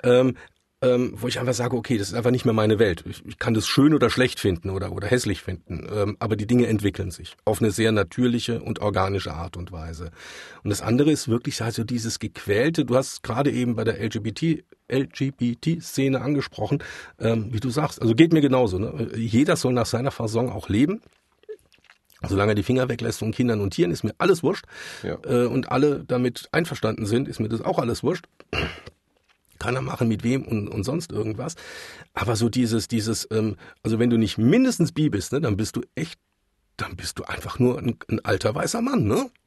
Wo ich einfach sage, okay, das ist einfach nicht mehr meine Welt. Ich kann das schön oder schlecht finden oder hässlich finden, aber die Dinge entwickeln sich auf eine sehr natürliche und organische Art und Weise. Und das andere ist wirklich also dieses gequälte, du hast gerade eben bei der LGBT-Szene angesprochen, wie du sagst, also geht mir genauso. Ne? Jeder soll nach seiner Fasson auch leben. Solange er die Finger weglässt von Kindern und Tieren, ist mir alles wurscht. Ja. Und alle damit einverstanden sind, ist mir das auch alles wurscht. Kann er machen mit wem und sonst irgendwas. Aber so dieses, also wenn du nicht mindestens bi bist, ne, dann bist du einfach nur ein alter weißer Mann, ne?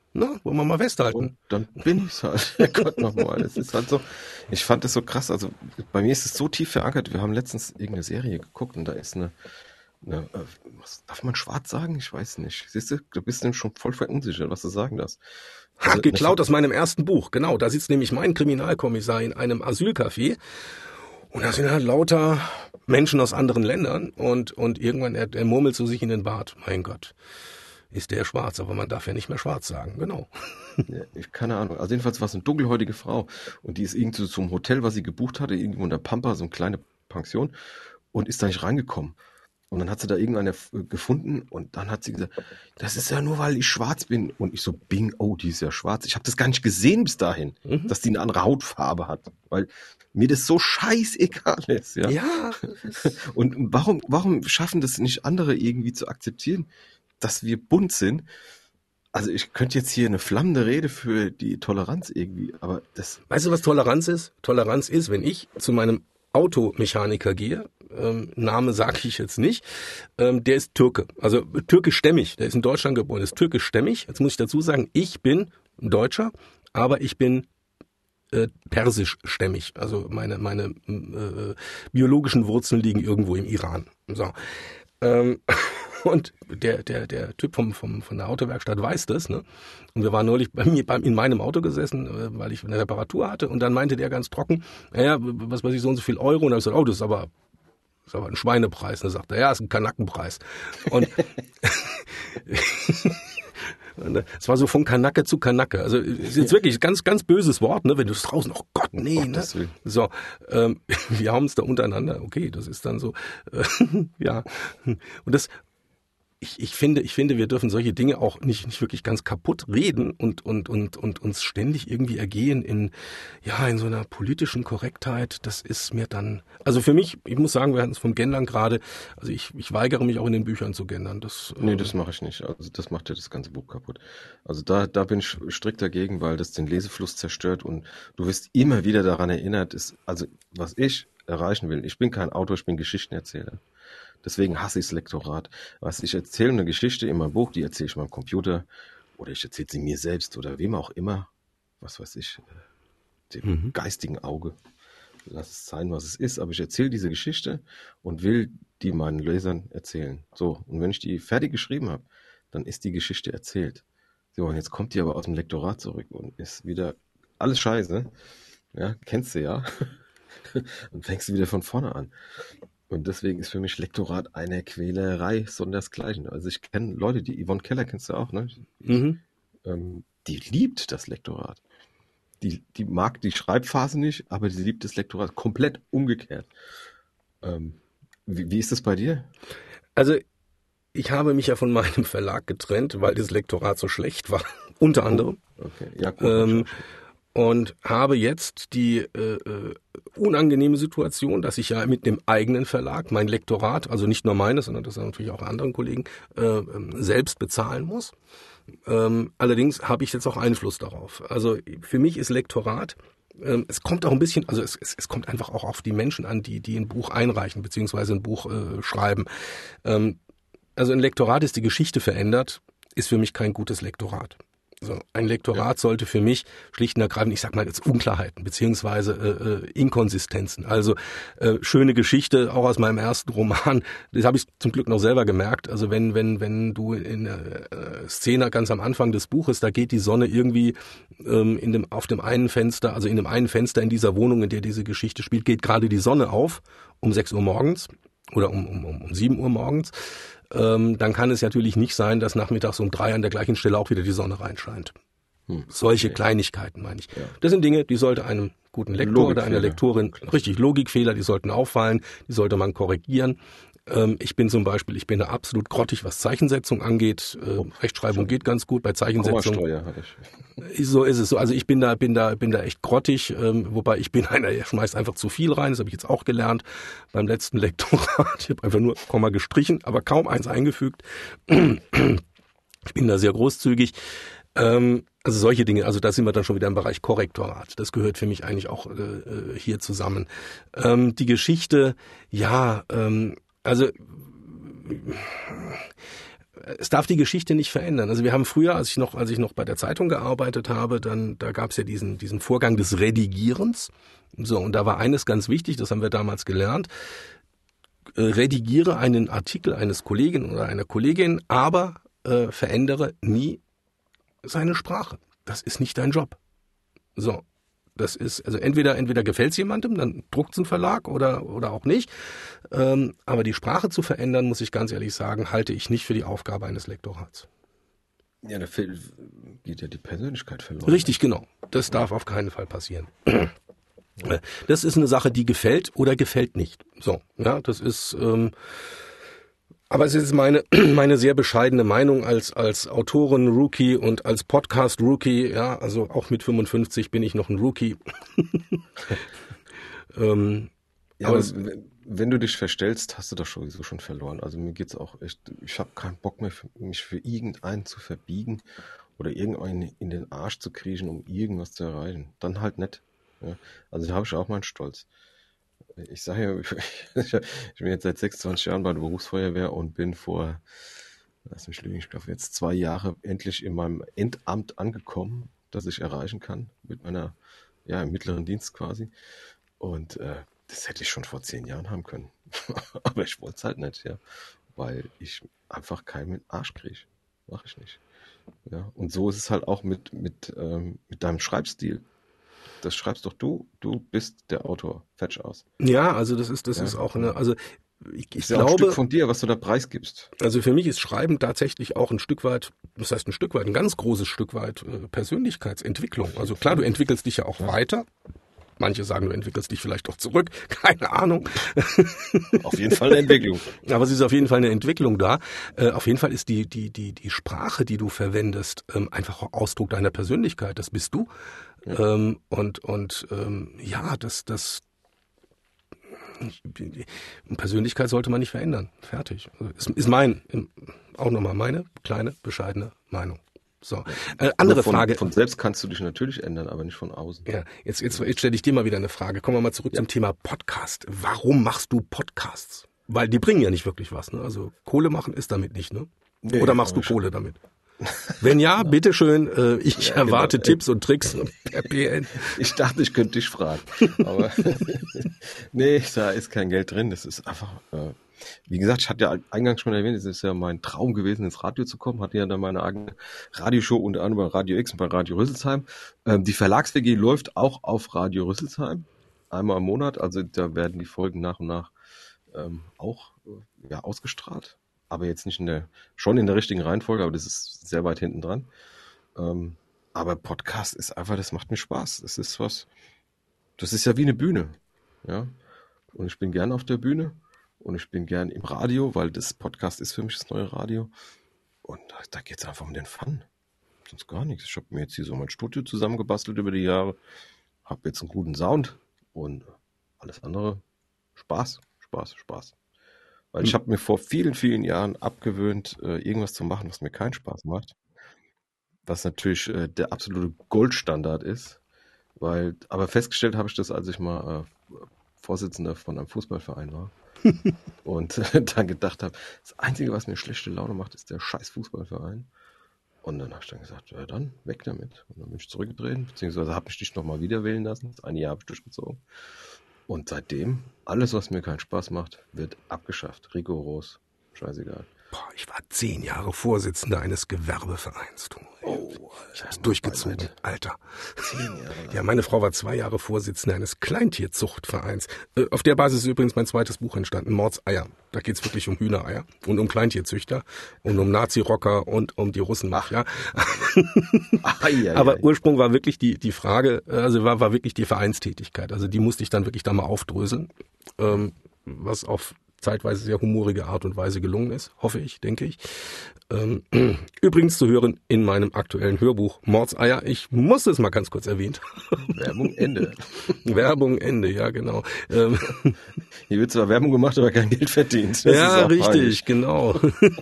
Na, wollen wir mal festhalten. Und dann bin ich's halt. Herrgott nochmal. Es ist halt so, ich fand das so krass. Also bei mir ist es so tief verankert. Wir haben letztens irgendeine Serie geguckt und da ist was darf man schwarz sagen? Ich weiß nicht. Siehst du bist denn schon voll verunsichert, was du sagen darfst. Also, geklaut aus meinem ersten Buch, genau. Da sitzt nämlich mein Kriminalkommissar in einem Asylcafé und da sind halt lauter Menschen aus anderen Ländern und irgendwann, er murmelt so sich in den Bart. Mein Gott, ist der schwarz, aber man darf ja nicht mehr schwarz sagen, genau. Ja, keine Ahnung. Also jedenfalls war es eine dunkelhäutige Frau und die ist irgendwie zum Hotel, was sie gebucht hatte, irgendwo in der Pampa, so eine kleine Pension und ist da nicht reingekommen. Und dann hat sie da irgendeiner gefunden und dann hat sie gesagt, das ist ja nur, weil ich schwarz bin. Und ich so, Bing, oh, die ist ja schwarz. Ich habe das gar nicht gesehen bis dahin, dass die eine andere Hautfarbe hat, weil mir das so scheißegal ist. Ja. Ja. Und warum schaffen das nicht andere irgendwie zu akzeptieren, dass wir bunt sind? Also ich könnte jetzt hier eine flammende Rede für die Toleranz irgendwie, aber das... Weißt du, was Toleranz ist? Toleranz ist, wenn ich zu meinem Automechaniker gehe, Name sage ich jetzt nicht, der ist Türke, also türkischstämmig, der ist in Deutschland geboren, ist türkischstämmig. Jetzt muss ich dazu sagen, ich bin Deutscher, aber ich bin persischstämmig, also meine biologischen Wurzeln liegen irgendwo im Iran. So. Und der Typ von der Autowerkstatt weiß das, ne? Und wir waren neulich bei mir in meinem Auto gesessen, weil ich eine Reparatur hatte. Und dann meinte der ganz trocken, naja, was weiß ich, so und so viel Euro. Und dann habe ich gesagt, oh, das ist aber ein Schweinepreis. Und dann sagt er, ja, ist ein Kanackenpreis. Und es war so von Kanacke zu Kanacke. Also ist jetzt wirklich ganz, ganz böses Wort, ne? Wenn du es draußen, oh Gott, nee, ne? So, wir haben es da untereinander. Okay, das ist dann so, ja. Und das, ich finde, wir dürfen solche Dinge auch nicht wirklich ganz kaputt reden und uns ständig irgendwie ergehen in so einer politischen Korrektheit. Das ist mir dann, also für mich, ich muss sagen, wir hatten es vom Gendern gerade, also ich weigere mich auch in den Büchern zu gendern. Nee, das mache ich nicht. Also das macht ja das ganze Buch kaputt. Also da bin ich strikt dagegen, weil das den Lesefluss zerstört und du wirst immer wieder daran erinnert, also was ich erreichen will. Ich bin kein Autor, ich bin Geschichtenerzähler. Deswegen hasse ich das Lektorat. Ich erzähle eine Geschichte in meinem Buch, die erzähle ich meinem Computer oder ich erzähle sie mir selbst oder wem auch immer, was weiß ich, dem geistigen Auge. Lass es sein, was es ist, aber ich erzähle diese Geschichte und will die meinen Lesern erzählen. So, und wenn ich die fertig geschrieben habe, dann ist die Geschichte erzählt. So, und jetzt kommt die aber aus dem Lektorat zurück und ist wieder alles scheiße. Ja, kennst du ja. Und fängst du wieder von vorne an. Und deswegen ist für mich Lektorat eine Quälerei sondersgleichen. Also ich kenne Leute, die Yvonne Keller kennst du auch, ne? Die liebt das Lektorat. Die mag die Schreibphase nicht, aber sie liebt das Lektorat komplett umgekehrt. Wie ist das bei dir? Also ich habe mich ja von meinem Verlag getrennt, weil das Lektorat so schlecht war, unter anderem. Okay. Ja, gut, und habe jetzt die unangenehme Situation, dass ich ja mit dem eigenen Verlag mein Lektorat, also nicht nur meines, sondern das sind natürlich auch anderen Kollegen, selbst bezahlen muss. Allerdings habe ich jetzt auch Einfluss darauf. Also für mich ist Lektorat, es kommt auch ein bisschen, also es kommt einfach auch auf die Menschen an, die ein Buch einreichen, beziehungsweise ein Buch schreiben. Also ein Lektorat ist die Geschichte verändert, ist für mich kein gutes Lektorat. So, ein Lektorat sollte für mich schlicht und ergreifend, ich sag mal jetzt Unklarheiten beziehungsweise Inkonsistenzen. Also schöne Geschichte, auch aus meinem ersten Roman, das habe ich zum Glück noch selber gemerkt. Also wenn du in der Szene ganz am Anfang des Buches, da geht die Sonne irgendwie auf dem einen Fenster, also in dem einen Fenster in dieser Wohnung, in der diese Geschichte spielt, geht gerade die Sonne auf um 6 Uhr morgens oder um 7 Uhr morgens. Dann kann es natürlich nicht sein, dass nachmittags um 3 an der gleichen Stelle auch wieder die Sonne reinscheint. Solche Kleinigkeiten meine ich. Ja. Das sind Dinge, die sollte einem guten Lektor oder einer Lektorin, richtig, Logikfehler, die sollten auffallen, die sollte man korrigieren. Ich bin da absolut grottig, was Zeichensetzung angeht. Rechtschreibung geht ganz gut, bei Zeichensetzung. So ist es so. Also ich bin da echt grottig, wobei ich bin einer, der schmeißt einfach zu viel rein. Das habe ich jetzt auch gelernt beim letzten Lektorat. Ich habe einfach nur Komma gestrichen, aber kaum eins eingefügt. Ich bin da sehr großzügig. Also solche Dinge, also da sind wir dann schon wieder im Bereich Korrektorat. Das gehört für mich eigentlich auch hier zusammen. Die Geschichte, ja, also es darf die Geschichte nicht verändern. Also wir haben früher, als ich noch bei der Zeitung gearbeitet habe, da gab es ja diesen Vorgang des Redigierens. So, und da war eines ganz wichtig, das haben wir damals gelernt. Redigiere einen Artikel eines Kollegen oder einer Kollegin, aber verändere nie seine Sprache. Das ist nicht dein Job. So, das ist, also entweder gefällt es jemandem, dann druckt es ein Verlag oder auch nicht. Aber die Sprache zu verändern, muss ich ganz ehrlich sagen, halte ich nicht für die Aufgabe eines Lektorats. Ja, da geht ja die Persönlichkeit verloren. Richtig, genau. Das darf auf keinen Fall passieren. Das ist eine Sache, die gefällt oder gefällt nicht. So, ja, das ist, aber es ist meine sehr bescheidene Meinung als Autoren-Rookie und als Podcast-Rookie. Ja, also auch mit 55 bin ich noch ein Rookie. Ja, aber wenn du dich verstellst, hast du doch sowieso schon verloren. Also mir geht's auch echt, ich habe keinen Bock mehr, mich für irgendeinen zu verbiegen oder irgendeinen in den Arsch zu kriechen, um irgendwas zu erreichen. Dann halt nicht. Ja? Also da habe ich auch meinen Stolz. Ich sage ja, ich bin jetzt seit 26 Jahren bei der Berufsfeuerwehr und bin lass mich lügen, ich glaube jetzt 2 Jahre endlich in meinem Endamt angekommen, das ich erreichen kann mit meiner, ja, im mittleren Dienst quasi. Und das hätte ich schon vor 10 Jahren haben können. Aber ich wollte es halt nicht, ja. Weil ich einfach keinen mit Arsch kriege. Mache ich nicht. Ja. Und so ist es halt auch mit deinem Schreibstil. Das schreibst doch du bist der Autor. Fertig aus. Ja, also das ist auch also ich ist ja glaube, auch ein Stück von dir, was du da preisgibst. Also für mich ist Schreiben tatsächlich auch ein Stück weit, das heißt ein Stück weit, ein ganz großes Stück weit Persönlichkeitsentwicklung. Also klar, du entwickelst dich ja auch weiter. Manche sagen, du entwickelst dich vielleicht auch zurück. Keine Ahnung. Auf jeden Fall eine Entwicklung. Aber es ist auf jeden Fall eine Entwicklung da. Auf jeden Fall ist die Sprache, die du verwendest, einfach Ausdruck deiner Persönlichkeit. Das bist du. Ja. Persönlichkeit sollte man nicht verändern. Fertig. Ist auch nochmal meine kleine, bescheidene Meinung. So, andere Frage. Von selbst kannst du dich natürlich ändern, aber nicht von außen. Ja, jetzt stelle ich dir mal wieder eine Frage. Kommen wir mal zurück zum Thema Podcast. Warum machst du Podcasts? Weil die bringen ja nicht wirklich was, ne? Also Kohle machen ist damit nicht, ne? Nee, oder machst du Kohle damit? Wenn ja, bitteschön, ich erwarte Tipps und Tricks per PN. Ich dachte, ich könnte dich fragen. Aber nee, da ist kein Geld drin. Das ist einfach, wie gesagt, ich hatte ja eingangs schon erwähnt, es ist ja mein Traum gewesen, ins Radio zu kommen. Hatte ja dann meine eigene Radioshow unter anderem bei Radio X und bei Radio Rüsselsheim. Die Verlags-WG läuft auch auf Radio Rüsselsheim. Einmal im Monat. Also da werden die Folgen nach und nach auch ausgestrahlt. Aber jetzt nicht schon in der richtigen Reihenfolge, aber das ist sehr weit hinten dran. Aber Podcast ist einfach, das macht mir Spaß. Das ist ja wie eine Bühne. Ja. Und ich bin gern auf der Bühne und ich bin gern im Radio, weil das Podcast ist für mich das neue Radio. Und da geht es einfach um den Fun. Sonst gar nichts. Ich habe mir jetzt hier so mein Studio zusammengebastelt über die Jahre. Habe jetzt einen guten Sound und alles andere Spaß. Weil ich habe mir vor vielen, vielen Jahren abgewöhnt, irgendwas zu machen, was mir keinen Spaß macht. Was natürlich der absolute Goldstandard ist. Aber festgestellt habe ich das, als ich mal Vorsitzender von einem Fußballverein war. Und dann gedacht habe, das Einzige, was mir schlechte Laune macht, ist der scheiß Fußballverein. Und dann habe ich dann gesagt, ja dann, weg damit. Und dann bin ich zurückgetreten, beziehungsweise habe ich dich nochmal wieder wählen lassen. Das eine Jahr habe ich durchgezogen. Und seitdem, alles, was mir keinen Spaß macht, wird abgeschafft. Rigoros. Scheißegal. Boah, ich war 10 Jahre Vorsitzender eines Gewerbevereins. Ich hab's durchgezogen, Alter. 10 Jahre. Ja, meine Frau war 2 Jahre Vorsitzende eines Kleintierzuchtvereins. Auf der Basis ist übrigens mein zweites Buch entstanden, Mordseier. Da geht's wirklich um Hühnereier und um Kleintierzüchter und um Nazi-Rocker und um die Russenmafia. Aber Ursprung war wirklich die Frage, also war wirklich die Vereinstätigkeit. Also die musste ich dann wirklich da mal aufdröseln, was auf zeitweise sehr humorige Art und Weise gelungen ist, hoffe ich, denke ich. Übrigens zu hören in meinem aktuellen Hörbuch Mordseier. Ich muss es mal ganz kurz erwähnt. Werbung Ende. Werbung Ende, ja genau. Hier wird zwar Werbung gemacht, aber kein Geld verdient. Das ja, ist richtig, peinlich. Genau.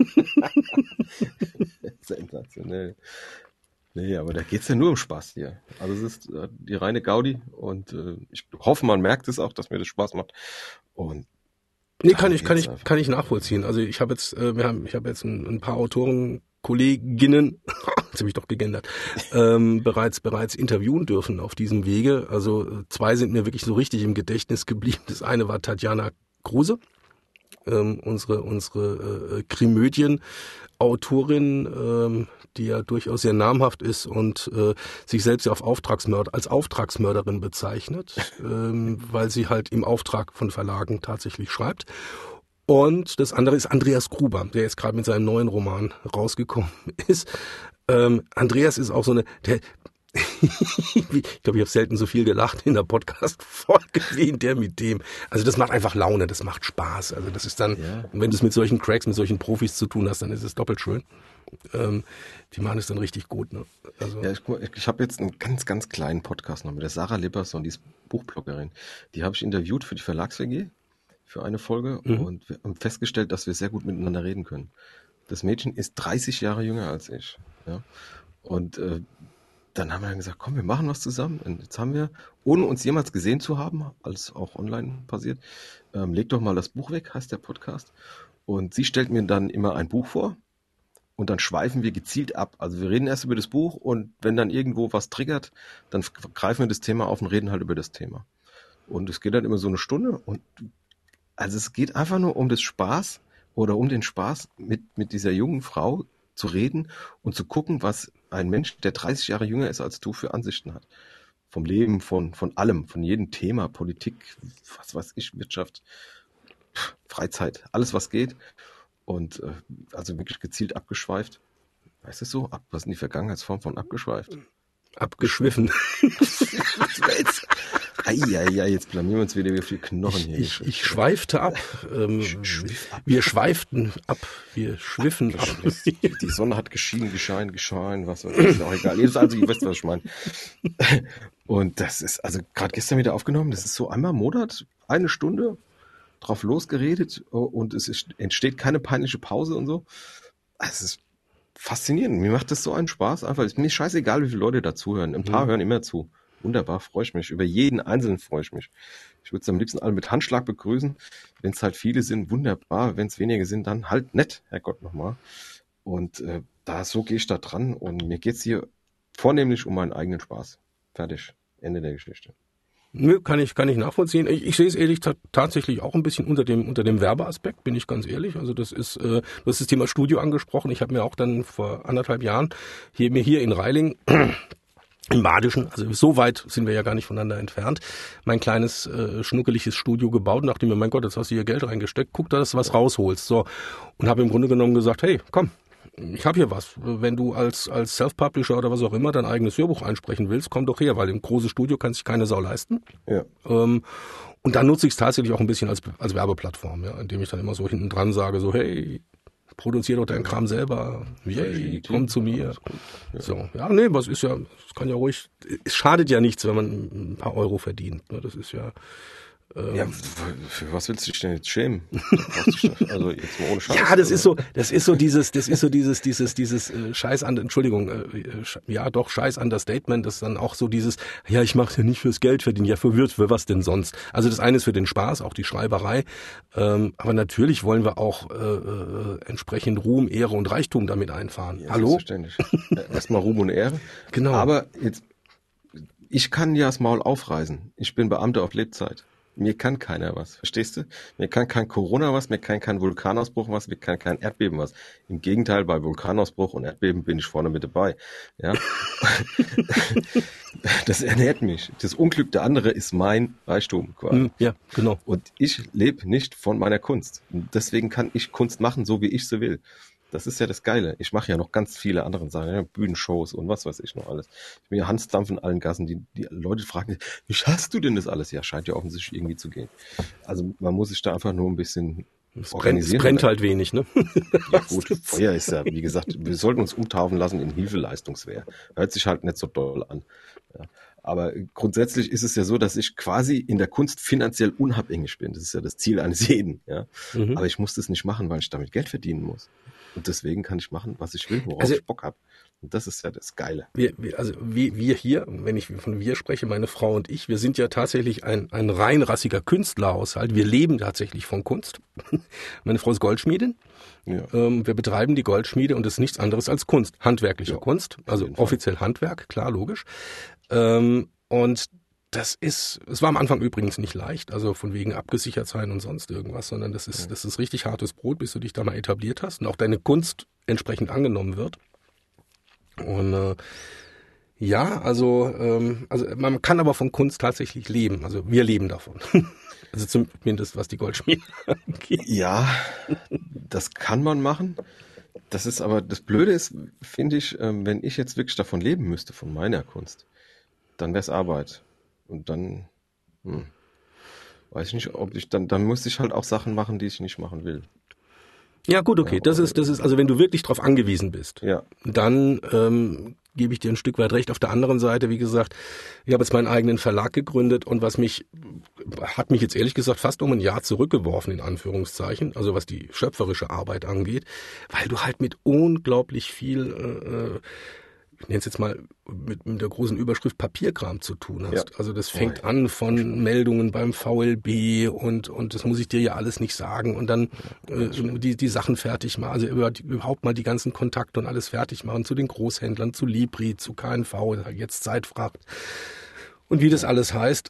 Sensationell. Nee, aber da geht's ja nur um Spaß hier. Also es ist die reine Gaudi und ich hoffe, man merkt es auch, dass mir das Spaß macht. Und Nee, kann ich nachvollziehen. Also ich habe jetzt, ich habe jetzt ein paar Autorenkolleginnen, jetzt habe ich doch gegendert, bereits interviewen dürfen auf diesem Wege. Also 2 sind mir wirklich so richtig im Gedächtnis geblieben. Das eine war Tatjana Kruse, unsere Krimödien-Autorin, die ja durchaus sehr namhaft ist und sich selbst ja als Auftragsmörderin bezeichnet, weil sie halt im Auftrag von Verlagen tatsächlich schreibt. Und das andere ist Andreas Gruber, der jetzt gerade mit seinem neuen Roman rausgekommen ist. Andreas ist auch so ich glaube, ich habe selten so viel gelacht in der Podcast-Folge wie in der mit dem. Also das macht einfach Laune, das macht Spaß. Also das ist dann, wenn du es mit solchen Cracks, mit solchen Profis zu tun hast, dann ist es doppelt schön. Die machen es dann richtig gut. Ne? Also ja, ich habe jetzt einen ganz, ganz kleinen Podcast noch mit der Sarah Lipperson, die ist Buchbloggerin. Die habe ich interviewt für die Verlags-WG, für eine Folge und wir haben festgestellt, dass wir sehr gut miteinander reden können. Das Mädchen ist 30 Jahre jünger als ich. Ja? Und dann haben wir dann gesagt, komm, wir machen was zusammen. Und jetzt haben wir, ohne uns jemals gesehen zu haben, alles auch online passiert, leg doch mal das Buch weg, heißt der Podcast. Und sie stellt mir dann immer ein Buch vor und dann schweifen wir gezielt ab. Also wir reden erst über das Buch und wenn dann irgendwo was triggert, dann greifen wir das Thema auf und reden halt über das Thema. Und es geht dann immer so eine Stunde und also es geht einfach nur um das Spaß oder um den Spaß mit dieser jungen Frau zu reden und zu gucken, was ein Mensch, der 30 Jahre jünger ist als du, für Ansichten hat. Vom Leben, von allem, von jedem Thema, Politik, was weiß ich, Wirtschaft, Freizeit, alles was geht. Und also wirklich gezielt abgeschweift. Weißt du so? Was ist denn die Vergangenheitsform von abgeschweift? Abgeschwiffen. Jetzt blamieren wir uns wieder wie viel Knochen hier. Ich schweifte ab. Wir schweiften ab. Wir schwiffen ab. Die Sonne hat geschienen, gescheint, was weiß ich, ist auch egal. Also, ihr wisst, was ich meine. Und das ist, also gerade gestern wieder aufgenommen, das ist so einmal im Monat, 1 Stunde drauf losgeredet und entsteht keine peinliche Pause und so. Es ist faszinierend. Mir macht das so einen Spaß. Einfach, ist mir scheißegal, wie viele Leute dazuhören. Ein paar hören immer zu. Wunderbar, freue ich mich. Über jeden Einzelnen freue ich mich. Ich würde es am liebsten alle mit Handschlag begrüßen. Wenn es halt viele sind, wunderbar. Wenn es wenige sind, dann halt nett, Herrgott nochmal. Und so gehe ich da dran. Und mir geht es hier vornehmlich um meinen eigenen Spaß. Fertig. Ende der Geschichte. Nö, kann ich nachvollziehen. Ich sehe es ehrlich tatsächlich auch ein bisschen unter dem Werbeaspekt, bin ich ganz ehrlich. Also das ist, du hast das Thema Studio angesprochen. Ich habe mir auch dann vor 1,5 Jahren hier in Reiling im Badischen, also so weit sind wir ja gar nicht voneinander entfernt, mein kleines schnuckeliges Studio gebaut und dachte mir, mein Gott, jetzt hast du hier Geld reingesteckt, guck, dass du was rausholst. So, und habe im Grunde genommen gesagt, hey, komm, ich habe hier was. Wenn du als Self-Publisher oder was auch immer dein eigenes Hörbuch einsprechen willst, komm doch her, weil im großen Studio kann sich keine Sau leisten. Ja. Und dann nutze ich es tatsächlich auch ein bisschen als Werbeplattform, ja, indem ich dann immer so hinten dran sage, so hey, produzier doch deinen Kram selber, yay, komm zu mir. Ja. So, ja, nee, was ist ja, das kann ja ruhig, es schadet ja nichts, wenn man ein paar Euro verdient. Das ist ja. Ja, für was willst du dich denn jetzt schämen? Also jetzt mal ohne Scheiß. Ja, das ist so dieses Scheiß Understatement, das dann auch so dieses, ja, ich mach's ja nicht fürs Geld verdienen, ja, für was denn sonst? Also das eine ist für den Spaß, auch die Schreiberei, aber natürlich wollen wir auch entsprechend Ruhm, Ehre und Reichtum damit einfahren. Ja, hallo? Selbstverständlich. Erstmal Ruhm und Ehre. Genau. Aber jetzt, ich kann ja das Maul aufreißen. Ich bin Beamter auf Lebzeit. Mir kann keiner was, verstehst du? Mir kann kein Corona was, mir kann kein Vulkanausbruch was, mir kann kein Erdbeben was. Im Gegenteil, bei Vulkanausbruch und Erdbeben bin ich vorne mit dabei. Ja? Das ernährt mich. Das Unglück der andere ist mein Reichtum quasi. Ja, genau. Und ich lebe nicht von meiner Kunst. Und deswegen kann ich Kunst machen, so wie ich sie will. Das ist ja das Geile. Ich mache ja noch ganz viele andere Sachen, ja, Bühnenshows und was weiß ich noch alles. Ich bin ja Hansdampf in allen Gassen. Die Leute fragen, wie schaffst du denn das alles? Ja, scheint ja offensichtlich irgendwie zu gehen. Also man muss sich da einfach nur ein bisschen organisieren. Es brennt halt wenig, ne? Ja gut, Feuer ist ja, wie gesagt, wir sollten uns umtaufen lassen in Hilfeleistungswehr. Hört sich halt nicht so doll an. Ja. Aber grundsätzlich ist es ja so, dass ich quasi in der Kunst finanziell unabhängig bin. Das ist ja das Ziel eines jeden. Ja? Aber ich muss das nicht machen, weil ich damit Geld verdienen muss. Und deswegen kann ich machen, was ich will, worauf ich Bock habe. Und das ist ja das Geile. Wir hier, wenn ich von wir spreche, meine Frau und ich, wir sind ja tatsächlich ein reinrassiger Künstlerhaushalt. Wir leben tatsächlich von Kunst. Meine Frau ist Goldschmiedin. Ja. Wir betreiben die Goldschmiede und das ist nichts anderes als Kunst, handwerkliche Kunst, also offiziell Handwerk, klar, logisch. Und es war am Anfang übrigens nicht leicht, also von wegen abgesichert sein und sonst irgendwas, sondern das ist richtig hartes Brot, bis du dich da mal etabliert hast und auch deine Kunst entsprechend angenommen wird. Und also man kann aber von Kunst tatsächlich leben, also wir leben davon. Also zumindest was die Goldschmiede angeht. Ja, das kann man machen. Das ist aber, das Blöde ist, finde ich, wenn ich jetzt wirklich davon leben müsste, von meiner Kunst, dann wäre es Arbeit. Und dann, weiß ich nicht, ob ich dann müsste ich halt auch Sachen machen, die ich nicht machen will. Ja, gut, okay. Das ist, also wenn du wirklich drauf angewiesen bist, dann gebe ich dir ein Stück weit recht. Auf der anderen Seite, wie gesagt, ich habe jetzt meinen eigenen Verlag gegründet und hat mich jetzt ehrlich gesagt fast um ein Jahr zurückgeworfen, in Anführungszeichen, also was die schöpferische Arbeit angeht, weil du halt mit unglaublich viel ich nenne es jetzt mal mit der großen Überschrift Papierkram zu tun hast. Ja. Also das fängt an von Meldungen beim VLB und das muss ich dir ja alles nicht sagen und dann die Sachen fertig machen, also überhaupt mal die ganzen Kontakte und alles fertig machen zu den Großhändlern, zu Libri, zu KNV, jetzt Zeitfracht. Und wie das alles heißt,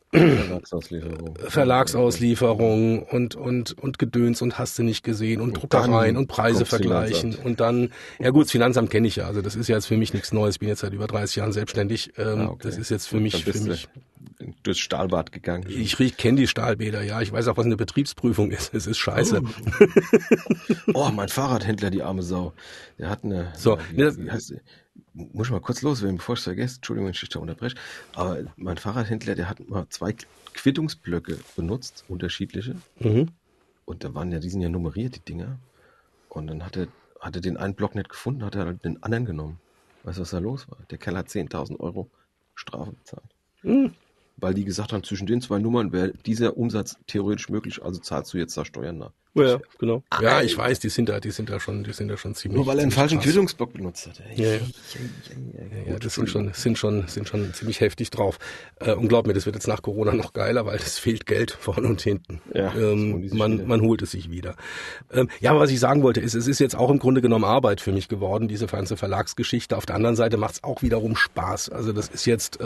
Verlagsauslieferung und Gedöns und hast du nicht gesehen und Druckereien und Preise vergleichen und dann, ja gut, das Finanzamt kenne ich ja, also das ist ja jetzt für mich nichts Neues, ich bin jetzt seit über 30 Jahren selbstständig, das ist jetzt für mich durchs Stahlbad gegangen. Ich kenne die Stahlbäder, ja, ich weiß auch, was eine Betriebsprüfung ist, es ist scheiße. Oh, mein Fahrradhändler, die arme Sau, der hat eine, wie heißt die? Muss ich mal kurz loswerden, bevor ich es vergesse. Entschuldigung, wenn ich dich da unterbreche. Aber mein Fahrradhändler, der hat mal 2 Quittungsblöcke benutzt, unterschiedliche. Und die sind ja nummeriert, die Dinger. Und dann hat er den einen Block nicht gefunden, hat er halt den anderen genommen. Weißt du, was da los war? Der Kerl hat 10.000 Euro Strafe bezahlt. Weil die gesagt haben, zwischen den 2 Nummern wäre dieser Umsatz theoretisch möglich, also zahlst du jetzt da Steuern nach. Ja, genau. Ja, ich weiß, die sind da schon ziemlich. Nur weil er einen falschen Quittungsblock benutzt hat. Ja, das sind schon ziemlich heftig drauf. Und glaub mir, das wird jetzt nach Corona noch geiler, weil es fehlt Geld vorne und hinten. Ja, man holt es sich wieder. Aber was ich sagen wollte, ist, es ist jetzt auch im Grunde genommen Arbeit für mich geworden, diese ganze Verlagsgeschichte. Auf der anderen Seite macht es auch wiederum Spaß. Also das ist jetzt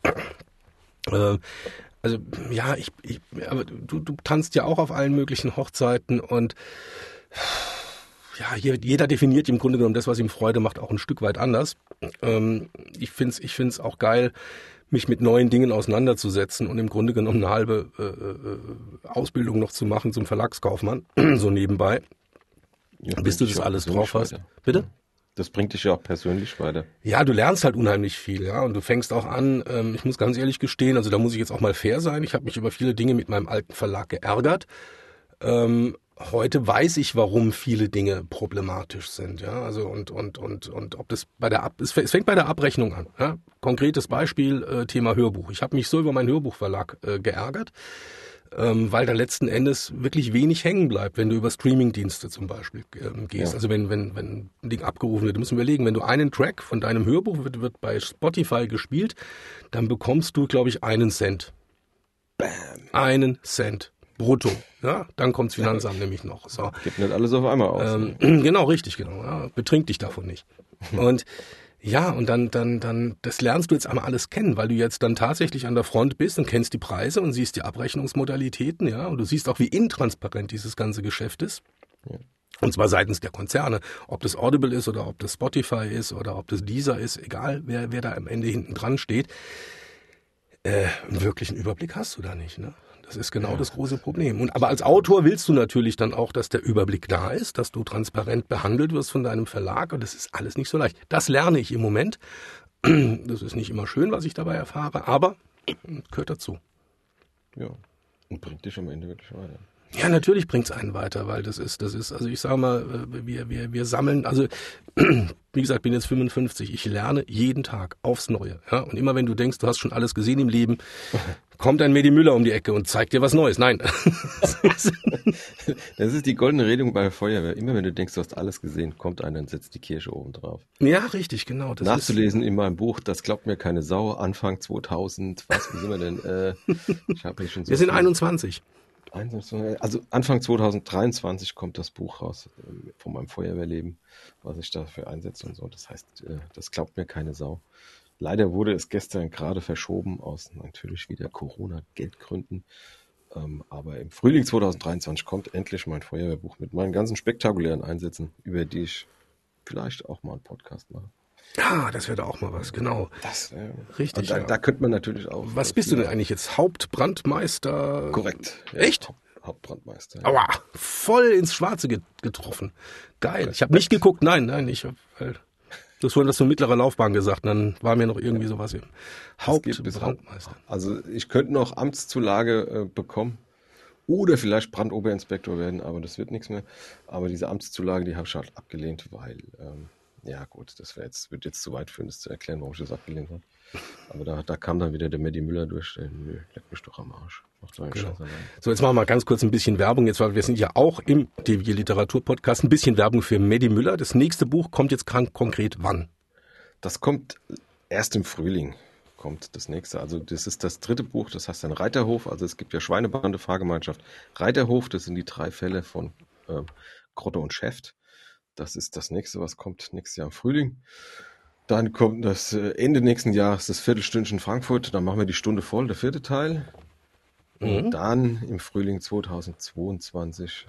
aber du tanzt ja auch auf allen möglichen Hochzeiten und ja, jeder definiert im Grunde genommen das, was ihm Freude macht, auch ein Stück weit anders. Ich find's auch geil, mich mit neuen Dingen auseinanderzusetzen und im Grunde genommen eine halbe Ausbildung noch zu machen zum Verlagskaufmann, so nebenbei, bis du das alles drauf hast. Bitte? Das bringt dich ja auch persönlich weiter. Ja, du lernst halt unheimlich viel, ja, und du fängst auch an, ich muss ganz ehrlich gestehen, also da muss ich jetzt auch mal fair sein, ich habe mich über viele Dinge mit meinem alten Verlag geärgert. Heute weiß ich, warum viele Dinge problematisch sind, ja, also und ob das es fängt bei der Abrechnung an, ja. Konkretes Beispiel, Thema Hörbuch. Ich habe mich so über meinen Hörbuchverlag geärgert, weil da letzten Endes wirklich wenig hängen bleibt, wenn du über Streamingdienste zum Beispiel gehst. Ja. Also wenn ein Ding abgerufen wird, du musst überlegen, wenn du einen Track von deinem Hörbuch wird bei Spotify gespielt, dann bekommst du, glaube ich, 1 Cent. Bam. 1 Cent. Brutto. Ja, dann kommt's Finanzamt nämlich noch. So. Gibt nicht alles auf einmal aus. Genau, richtig, genau. Ja, betrink dich davon nicht. Und ja, und dann, das lernst du jetzt einmal alles kennen, weil du jetzt dann tatsächlich an der Front bist und kennst die Preise und siehst die Abrechnungsmodalitäten, ja, und du siehst auch, wie intransparent dieses ganze Geschäft ist. Ja. Und zwar seitens der Konzerne. Ob das Audible ist oder ob das Spotify ist oder ob das Deezer ist, egal wer da am Ende hinten dran steht. Einen wirklichen Überblick hast du da nicht, ne? Das ist genau das große Problem. Aber als Autor willst du natürlich dann auch, dass der Überblick da ist, dass du transparent behandelt wirst von deinem Verlag. Und das ist alles nicht so leicht. Das lerne ich im Moment. Das ist nicht immer schön, was ich dabei erfahre, aber gehört dazu. Ja, und bringt dich am Ende wirklich weiter. Ja, natürlich bringt's einen weiter, weil das ist, also ich sage mal, wir sammeln, also wie gesagt, bin jetzt 55, ich lerne jeden Tag aufs Neue. Ja? Und immer wenn du denkst, du hast schon alles gesehen im Leben, kommt ein Medi Müller um die Ecke und zeigt dir was Neues. Nein. Das ist die goldene Redung bei der Feuerwehr. Immer wenn du denkst, du hast alles gesehen, kommt einer und setzt die Kirsche oben drauf. Ja, richtig, genau. Das nachzulesen in meinem Buch, das glaubt mir keine Sau, Anfang 2000, wie sind wir denn? Ich habe hier schon so wir sind 21. Also Anfang 2023 kommt das Buch raus von meinem Feuerwehrleben, was ich dafür einsetze und so. Das heißt, das glaubt mir keine Sau. Leider wurde es gestern gerade verschoben aus natürlich wieder Corona-Geldgründen. Aber im Frühling 2023 kommt endlich mein Feuerwehrbuch mit meinen ganzen spektakulären Einsätzen, über die ich vielleicht auch mal einen Podcast mache. Ja, das wäre da auch mal was, genau. Das, richtig. Da könnte man natürlich auch. Was bist du denn eigentlich jetzt? Hauptbrandmeister? Korrekt. Ja, echt? Hauptbrandmeister. Ja. Aua, voll ins Schwarze getroffen. Geil. Ich habe nicht geguckt, nein, du hast vorhin das von mittlerer Laufbahn gesagt, dann war mir noch irgendwie sowas im Hauptbrandmeister. Also ich könnte noch Amtszulage bekommen oder vielleicht Brandoberinspektor werden, aber das wird nichts mehr. Aber diese Amtszulage, die habe ich halt abgelehnt, weil ja gut, wird jetzt zu weit führen, das zu erklären, warum ich das abgelehnt habe. Aber da kam dann wieder der Medi Müller durch, nö, leck mich doch am Arsch. Genau. So, jetzt machen wir mal ganz kurz ein bisschen Werbung. Jetzt, weil wir sind ja auch im DWG Literaturpodcast, ein bisschen Werbung für Medi Müller. Das nächste Buch kommt jetzt konkret wann? Das kommt erst im Frühling, kommt das nächste. Also das ist das dritte Buch, das heißt ein Reiterhof. Also es gibt ja Schweinebande, Fahrgemeinschaft, Reiterhof. Das sind die 3 Fälle von Grotte und Schäft. Das ist das nächste, was kommt nächstes Jahr im Frühling. Dann kommt das Ende nächsten Jahres das Viertelstündchen Frankfurt. Dann machen wir die Stunde voll, der 4. Teil. Und dann im Frühling 2022,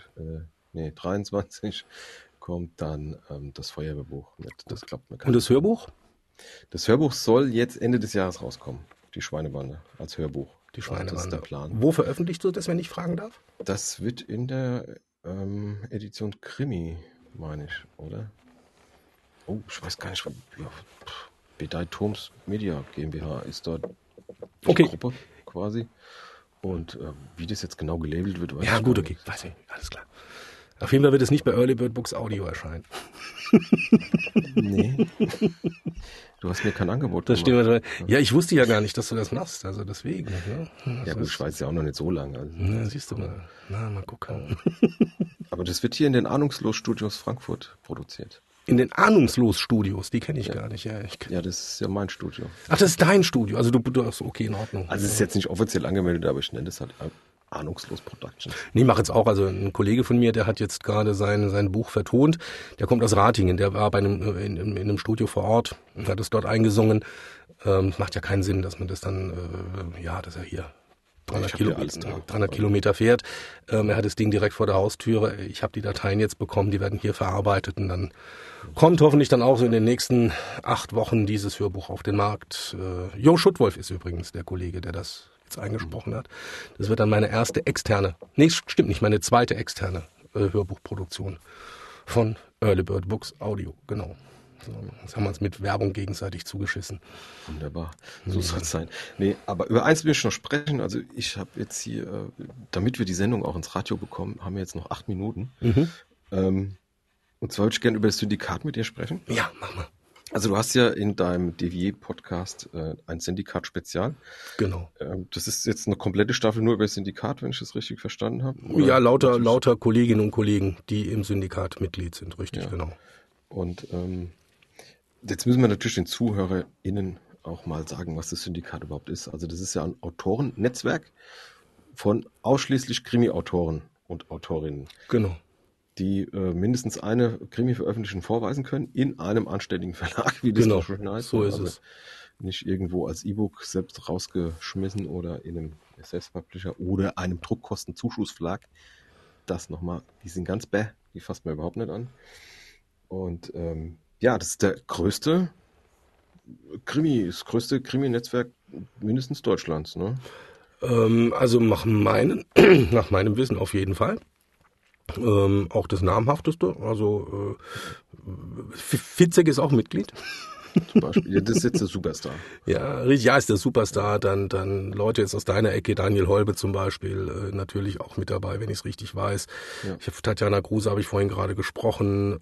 23 kommt dann das Feuerwehrbuch mit. Das klappt mir Und das Hörbuch? Das Hörbuch soll jetzt Ende des Jahres rauskommen. Die Schweinebande als Hörbuch. Die Schweinebande. Das ist der Plan. Wo veröffentlichst du das, wenn ich fragen darf? Das wird in der Edition Krimi, meine ich, oder? Oh, ich weiß gar nicht. Bedei Thoms Media GmbH ist dort die Gruppe quasi. Und wie das jetzt genau gelabelt wird, weiß ich gut, okay, weiß ich, alles klar. Auf jeden Fall wird es nicht bei Early Bird Books Audio erscheinen. Nee. Du hast mir kein Angebot das gemacht. Ja, ich wusste ja gar nicht, dass du das machst, also deswegen. Ja gut, ich weiß ja auch noch nicht so lange. Also, ja, siehst du mal. Mal gucken. Aber das wird hier in den Ahnungslos-Studios Frankfurt produziert. In den Ahnungslos-Studios, die kenne ich gar nicht. Ja, das ist ja mein Studio. Ach, das ist dein Studio, also du hast okay, in Ordnung. Also es ist jetzt nicht offiziell angemeldet, aber ich nenne das halt Ahnungslos Production. Nee, mach jetzt auch. Also ein Kollege von mir, der hat jetzt gerade sein Buch vertont. Der kommt aus Ratingen. Der war in einem Studio vor Ort und hat es dort eingesungen. Macht ja keinen Sinn, dass man das dann, dass er hier 300 Kilometer fährt. Er hat das Ding direkt vor der Haustüre. Ich habe die Dateien jetzt bekommen, die werden hier verarbeitet und dann kommt hoffentlich dann auch so in den nächsten 8 Wochen dieses Hörbuch auf den Markt. Jo Schuttwolf ist übrigens der Kollege, der das eingesprochen hat. Das wird dann meine erste externe, stimmt nicht, meine zweite externe Hörbuchproduktion von Early Bird Books Audio, genau. So, jetzt haben wir uns mit Werbung gegenseitig zugeschissen. Wunderbar, so soll es sein. Nee, aber über eins will ich noch sprechen. Also ich habe jetzt hier, damit wir die Sendung auch ins Radio bekommen, haben wir jetzt noch 8 Minuten. Und zwar würde ich gerne über das Syndikat mit dir sprechen. Ja, mach mal. Also du hast ja in deinem DWG-Podcast ein Syndikat-Spezial. Genau. Das ist jetzt eine komplette Staffel nur über das Syndikat, wenn ich das richtig verstanden habe. Ja, lauter Kolleginnen und Kollegen, die im Syndikat Mitglied sind, richtig, genau. Und jetzt müssen wir natürlich den ZuhörerInnen auch mal sagen, was das Syndikat überhaupt ist. Also das ist ja ein Autorennetzwerk von ausschließlich Krimi-Autoren und Autorinnen. Genau. Die mindestens eine Krimi veröffentlichen vorweisen können in einem anständigen Verlag, wie das doch schon heißt. So ist es. Nicht irgendwo als E-Book selbst rausgeschmissen oder in einem Self-Publisher oder einem Druckkostenzuschussverlag. Das nochmal, die sind ganz die fasst man überhaupt nicht an. Und das ist das größte Krimi-Netzwerk mindestens Deutschlands, ne? Also nach meinem Wissen auf jeden Fall. Auch das namhafteste, also Fitzek ist auch Mitglied. zum Beispiel. Ja, das ist jetzt der Superstar. Ja, richtig, ja, ist der Superstar. Dann Leute jetzt aus deiner Ecke, Daniel Holbe zum Beispiel, natürlich auch mit dabei, wenn ich es richtig weiß. Ja. Tatjana Kruse habe ich vorhin gerade gesprochen.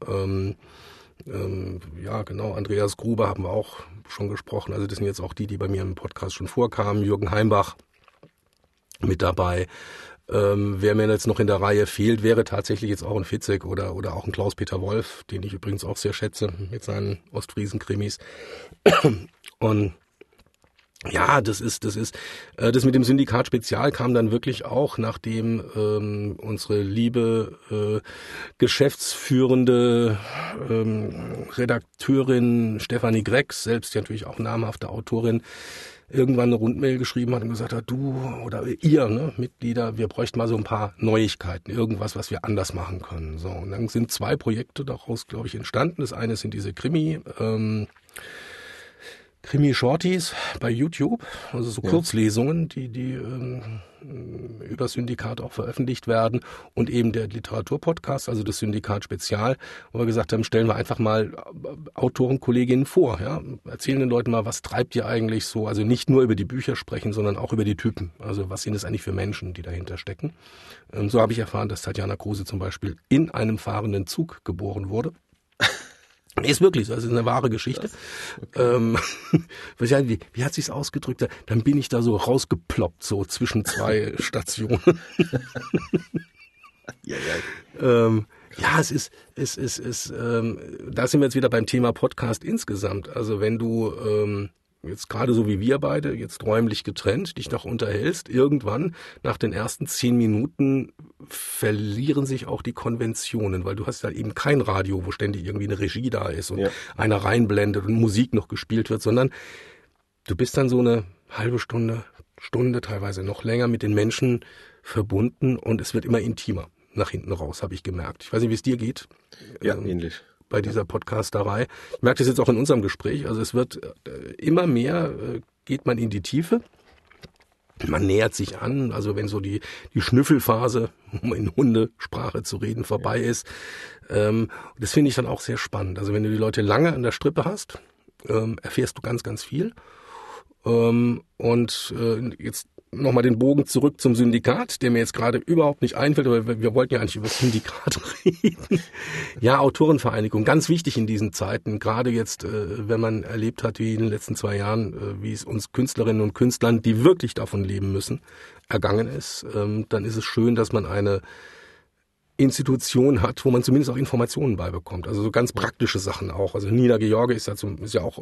Ja, genau, Andreas Gruber haben wir auch schon gesprochen. Also das sind jetzt auch die bei mir im Podcast schon vorkamen. Jürgen Heimbach mit dabei. Wer mir jetzt noch in der Reihe fehlt, wäre tatsächlich jetzt auch ein Fitzek oder auch ein Klaus-Peter Wolf, den ich übrigens auch sehr schätze mit seinen Ostfriesen-Krimis. Und ja, das mit dem Syndikat Spezial kam dann wirklich auch, nachdem unsere liebe geschäftsführende Redakteurin Stefanie Grex, selbst ja natürlich auch namhafte Autorin, irgendwann eine Rundmail geschrieben hat und gesagt hat, du oder ihr, ne, Mitglieder, wir bräuchten mal so ein paar Neuigkeiten, irgendwas, was wir anders machen können. So, und dann sind 2 Projekte daraus, glaube ich, entstanden. Das eine sind diese Krimi-Shorties bei YouTube, also so Kurzlesungen, die über das Syndikat auch veröffentlicht werden, und eben der Literaturpodcast, also das Syndikat Spezial, wo wir gesagt haben, stellen wir einfach mal Autorenkolleginnen vor, ja, erzählen den Leuten mal, was treibt ihr eigentlich so, also nicht nur über die Bücher sprechen, sondern auch über die Typen, also was sind es eigentlich für Menschen, die dahinter stecken. So habe ich erfahren, dass Tatjana Kruse zum Beispiel in einem fahrenden Zug geboren wurde. Ist wirklich so, das ist eine wahre Geschichte. Okay. Wie hat sich's ausgedrückt? Dann bin ich da so rausgeploppt, so zwischen 2 Stationen. Ja, es ist, da sind wir jetzt wieder beim Thema Podcast insgesamt. Also wenn du jetzt gerade so wie wir beide, jetzt räumlich getrennt, dich noch unterhältst, irgendwann nach den ersten 10 Minuten verlieren sich auch die Konventionen, weil du hast ja eben kein Radio, wo ständig irgendwie eine Regie da ist und einer reinblendet und Musik noch gespielt wird, sondern du bist dann so eine halbe Stunde, teilweise noch länger mit den Menschen verbunden und es wird immer intimer nach hinten raus, habe ich gemerkt. Ich weiß nicht, wie es dir geht. Ja, ähnlich. Bei dieser Podcasterei. Ich merke das jetzt auch in unserem Gespräch. Also es wird immer mehr, geht man in die Tiefe. Man nähert sich an. Also wenn so die Schnüffelphase, um in Hundesprache zu reden, vorbei ist. Das finde ich dann auch sehr spannend. Also wenn du die Leute lange an der Strippe hast, erfährst du ganz, ganz viel. Und jetzt nochmal den Bogen zurück zum Syndikat, der mir jetzt gerade überhaupt nicht einfällt, aber wir wollten ja eigentlich über das Syndikat reden. Ja, Autorenvereinigung, ganz wichtig in diesen Zeiten, gerade jetzt, wenn man erlebt hat, wie in den letzten 2 Jahren, wie es uns Künstlerinnen und Künstlern, die wirklich davon leben müssen, ergangen ist, dann ist es schön, dass man eine Institution hat, wo man zumindest auch Informationen beibekommt, also so ganz praktische Sachen auch. Also Nina George ist ja auch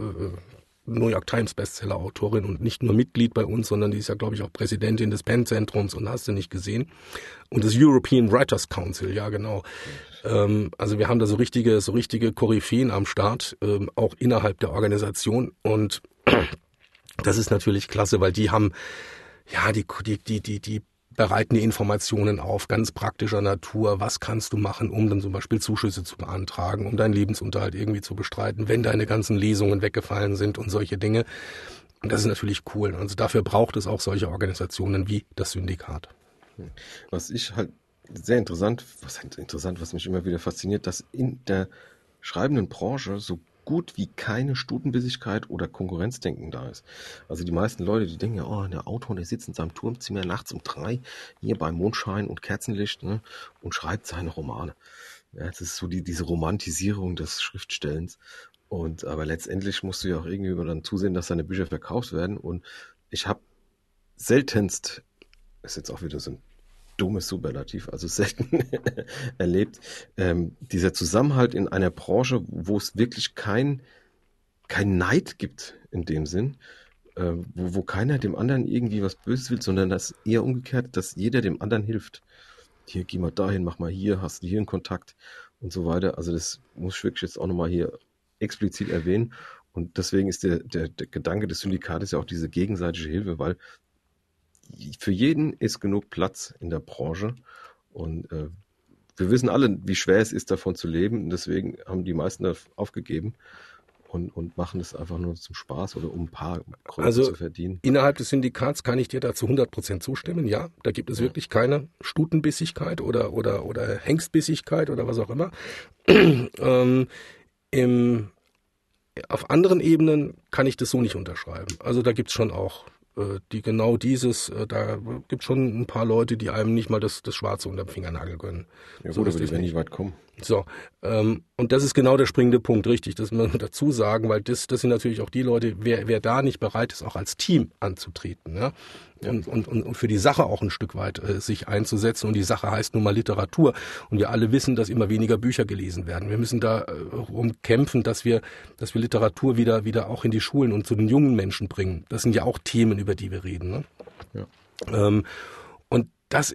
New York Times Bestseller-Autorin und nicht nur Mitglied bei uns, sondern die ist ja, glaube ich, auch Präsidentin des PEN-Zentrums und hast du nicht gesehen. Und das European Writers Council, ja genau. Also wir haben da so richtige Koryphäen am Start, auch innerhalb der Organisation, und das ist natürlich klasse, weil die haben, ja, die bereiten die Informationen auf, ganz praktischer Natur. Was kannst du machen, um dann zum Beispiel Zuschüsse zu beantragen, um deinen Lebensunterhalt irgendwie zu bestreiten, wenn deine ganzen Lesungen weggefallen sind und solche Dinge. Und das ist natürlich cool. Also dafür braucht es auch solche Organisationen wie das Syndikat. Was ich halt sehr interessant, was mich immer wieder fasziniert, dass in der schreibenden Branche so gut wie keine Stutenbissigkeit oder Konkurrenzdenken da ist. Also die meisten Leute, die denken ja, oh, der Autor, der sitzt in seinem Turmzimmer nachts um 3 hier bei Mondschein und Kerzenlicht, ne, und schreibt seine Romane. Ja, das ist so diese Romantisierung des Schriftstellens. Aber letztendlich musst du ja auch irgendwie dann zusehen, dass deine Bücher verkauft werden. Und ich habe seltenst, ist jetzt auch wieder so ein dummes Superlativ, also selten erlebt, dieser Zusammenhalt in einer Branche, wo es wirklich kein Neid gibt in dem Sinn, wo keiner dem anderen irgendwie was Böses will, sondern das eher umgekehrt, dass jeder dem anderen hilft. Hier, geh mal dahin, mach mal hier, hast du hier einen Kontakt und so weiter. Also das muss ich wirklich jetzt auch nochmal hier explizit erwähnen. Und deswegen ist der Gedanke des Syndikates ja auch diese gegenseitige Hilfe, weil für jeden ist genug Platz in der Branche, und wir wissen alle, wie schwer es ist, davon zu leben, und deswegen haben die meisten das aufgegeben und machen es einfach nur zum Spaß oder um ein paar Kreuze zu verdienen. Innerhalb des Syndikats kann ich dir dazu 100% zustimmen, ja, da gibt es wirklich keine Stutenbissigkeit oder Hengstbissigkeit oder was auch immer. auf anderen Ebenen kann ich das so nicht unterschreiben. Also da gibt's schon auch die genau dieses, da gibt schon ein paar Leute, die einem nicht mal das Schwarze unterm Fingernagel gönnen. Ja so, gut, aber die werden nicht weit kommen. So, und das ist genau der springende Punkt, richtig, das muss man dazu sagen, weil das sind natürlich auch die Leute, wer da nicht bereit ist, auch als Team anzutreten, ja? Und für die Sache auch ein Stück weit sich einzusetzen. Und die Sache heißt nun mal Literatur. Und wir alle wissen, dass immer weniger Bücher gelesen werden. Wir müssen da kämpfen, dass wir Literatur wieder auch in die Schulen und zu den jungen Menschen bringen. Das sind ja auch Themen, über die wir reden. Ne? Ja. Und das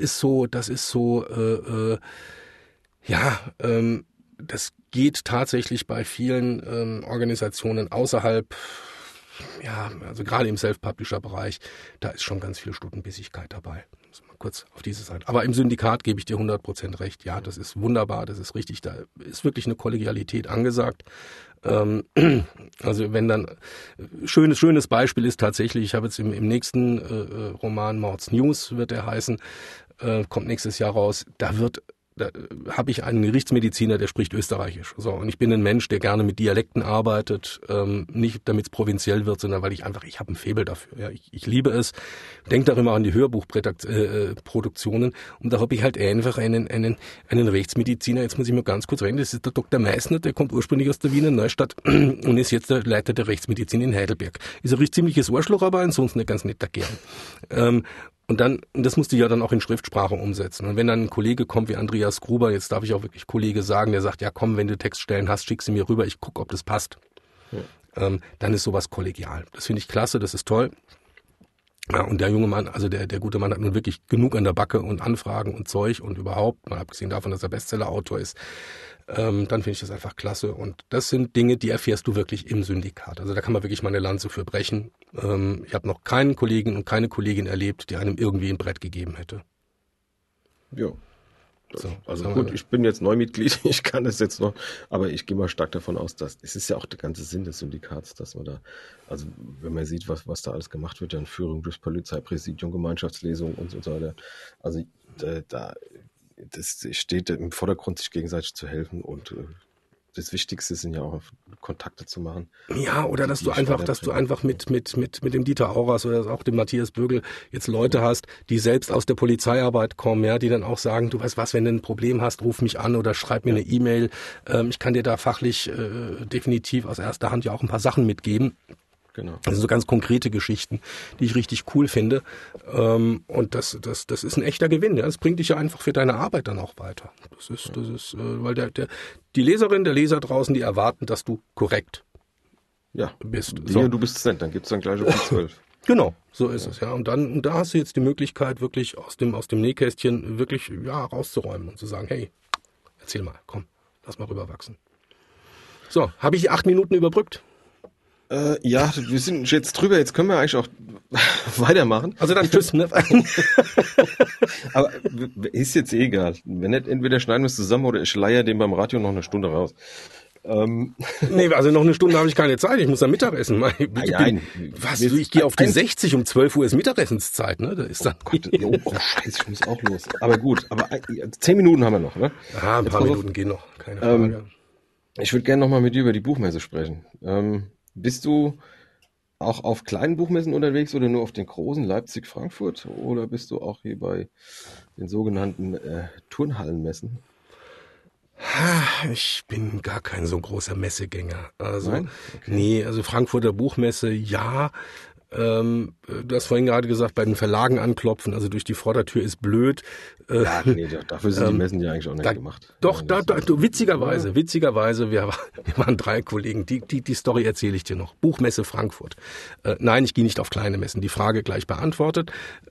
geht tatsächlich bei vielen Organisationen außerhalb, ja, also gerade im Self-Publisher-Bereich, da ist schon ganz viel Stutenbissigkeit dabei. Also mal kurz auf diese Seite. Aber im Syndikat gebe ich dir 100% recht. Ja, das ist wunderbar, das ist richtig. Da ist wirklich eine Kollegialität angesagt. Also wenn dann, schönes Beispiel ist tatsächlich, ich habe jetzt im nächsten Roman, Maud's News wird der heißen, kommt nächstes Jahr raus, da habe ich einen Gerichtsmediziner, der spricht Österreichisch. So, und ich bin ein Mensch, der gerne mit Dialekten arbeitet, nicht damit es provinziell wird, sondern weil ich habe ein Faible dafür. Ja, ich liebe es, denke darüber an die Hörbuchproduktionen und da habe ich halt einfach einen Rechtsmediziner, jetzt muss ich mir ganz kurz reden, das ist der Dr. Meissner, der kommt ursprünglich aus der Wiener Neustadt und ist jetzt der Leiter der Rechtsmedizin in Heidelberg. Ist ein ziemliches Arschloch, aber ansonsten ein ganz netter Kerl. Und das musste ich ja dann auch in Schriftsprache umsetzen. Und wenn dann ein Kollege kommt wie Andreas Gruber, jetzt darf ich auch wirklich Kollege sagen, der sagt, ja komm, wenn du Textstellen hast, schick sie mir rüber, ich gucke, ob das passt. Ja. Dann ist sowas kollegial. Das finde ich klasse, das ist toll. Ja, und der junge Mann, also der gute Mann hat nun wirklich genug an der Backe und Anfragen und Zeug und überhaupt, mal abgesehen davon, dass er Bestsellerautor ist, dann finde ich das einfach klasse. Und das sind Dinge, die erfährst du wirklich im Syndikat. Also da kann man wirklich mal eine Lanze für brechen. Ich habe noch keinen Kollegen und keine Kollegin erlebt, die einem irgendwie ein Brett gegeben hätte. Ja. Also gut, ich bin jetzt Neumitglied, ich kann das jetzt noch, aber ich gehe mal stark davon aus, dass es ist ja auch der ganze Sinn des Syndikats, dass man da, also wenn man sieht, was da alles gemacht wird, dann Führung durchs Polizeipräsidium, Gemeinschaftslesung und so weiter. Also das steht im Vordergrund, sich gegenseitig zu helfen und das Wichtigste sind ja auch Kontakte zu machen. Ja, oder dass du einfach mit dem Dieter Auras oder auch dem Matthias Bögel jetzt Leute hast, die selbst aus der Polizeiarbeit kommen, ja, die dann auch sagen, du weißt was, wenn du ein Problem hast, ruf mich an oder schreib mir eine E-Mail. Ich kann dir da fachlich definitiv aus erster Hand ja auch ein paar Sachen mitgeben. Genau. Also so ganz konkrete Geschichten, die ich richtig cool finde. Und das ist ein echter Gewinn. Ja? Das bringt dich ja einfach für deine Arbeit dann auch weiter. Das ist, weil die Leserin, der Leser draußen, die erwarten, dass du korrekt bist. So. Du bist Cent, dann gibt's dann gleich auf die 12. Genau, so ist es, ja. Und da hast du jetzt die Möglichkeit, wirklich aus dem Nähkästchen wirklich, rauszuräumen und zu sagen, hey, erzähl mal, komm, lass mal rüberwachsen. So, habe ich 8 Minuten überbrückt? Ja, wir sind jetzt drüber, jetzt können wir eigentlich auch weitermachen. Also dann tschüss, ne? Aber ist jetzt egal. Wenn nicht, entweder schneiden wir es zusammen oder ich leier den beim Radio noch eine Stunde raus. Nee, also noch eine Stunde habe ich keine Zeit, ich muss am Mittagessen. Nein. Ich gehe auf die 60, um 12 Uhr ist Mittagessenszeit, ne? Da ist dann. Oh, Scheiße, ich muss auch los. Aber gut, 10 Minuten haben wir noch, ne? Ah, ein paar Minuten gehen noch, keine Frage. Ich würde gerne nochmal mit dir über die Buchmesse sprechen. Bist du auch auf kleinen Buchmessen unterwegs oder nur auf den großen Leipzig, Frankfurt? Oder bist du auch hier bei den sogenannten Turnhallenmessen? Ich bin gar kein so großer Messegänger. Also, Nein? Okay. Nee, also Frankfurter Buchmesse, ja. Du hast vorhin gerade gesagt, bei den Verlagen anklopfen, also durch die Vordertür ist blöd. Ja, nee, dafür sind die Messen ja eigentlich auch nicht gemacht. Doch, witzigerweise, wir waren 3 Kollegen, die Story erzähle ich dir noch. Buchmesse Frankfurt. Nein, ich gehe nicht auf kleine Messen, die Frage gleich beantwortet.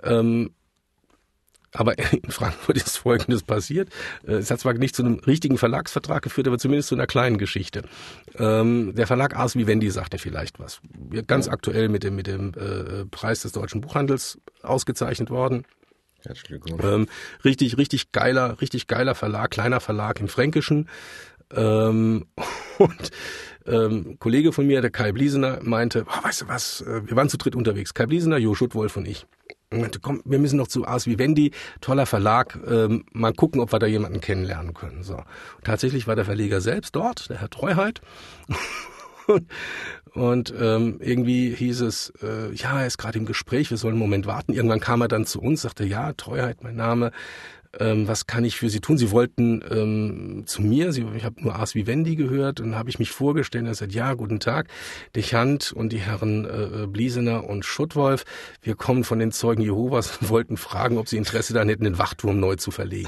Aber in Frankfurt ist Folgendes passiert. Es hat zwar nicht zu einem richtigen Verlagsvertrag geführt, aber zumindest zu einer kleinen Geschichte. Der Verlag Ars Vivendi sagte vielleicht was. Ganz aktuell mit dem Preis des deutschen Buchhandels ausgezeichnet worden. Herzlichen Glückwunsch. Richtig geiler Verlag, kleiner Verlag im Fränkischen. Und Kollege von mir, der Kai Bliesener, meinte, weißt du was, wir waren zu dritt unterwegs. Kai Bliesener, Jo Schuttwolf und ich. Komm, wir müssen noch zu Ars Vivendi, toller Verlag, mal gucken, ob wir da jemanden kennenlernen können. So. Und tatsächlich war der Verleger selbst dort, der Herr Treuheit. Und irgendwie hieß es, ja, er ist gerade im Gespräch, wir sollen einen Moment warten. Irgendwann kam er dann zu uns, sagte, ja, Treuheit, mein Name, was kann ich für Sie tun? Sie wollten zu mir, ich habe nur Ars Vivendi gehört, und dann habe ich mich vorgestellt, er sagt, ja, guten Tag, Dechant und die Herren Bliesener und Schuttwolf, wir kommen von den Zeugen Jehovas und wollten fragen, ob Sie Interesse daran hätten, den Wachturm neu zu verlegen.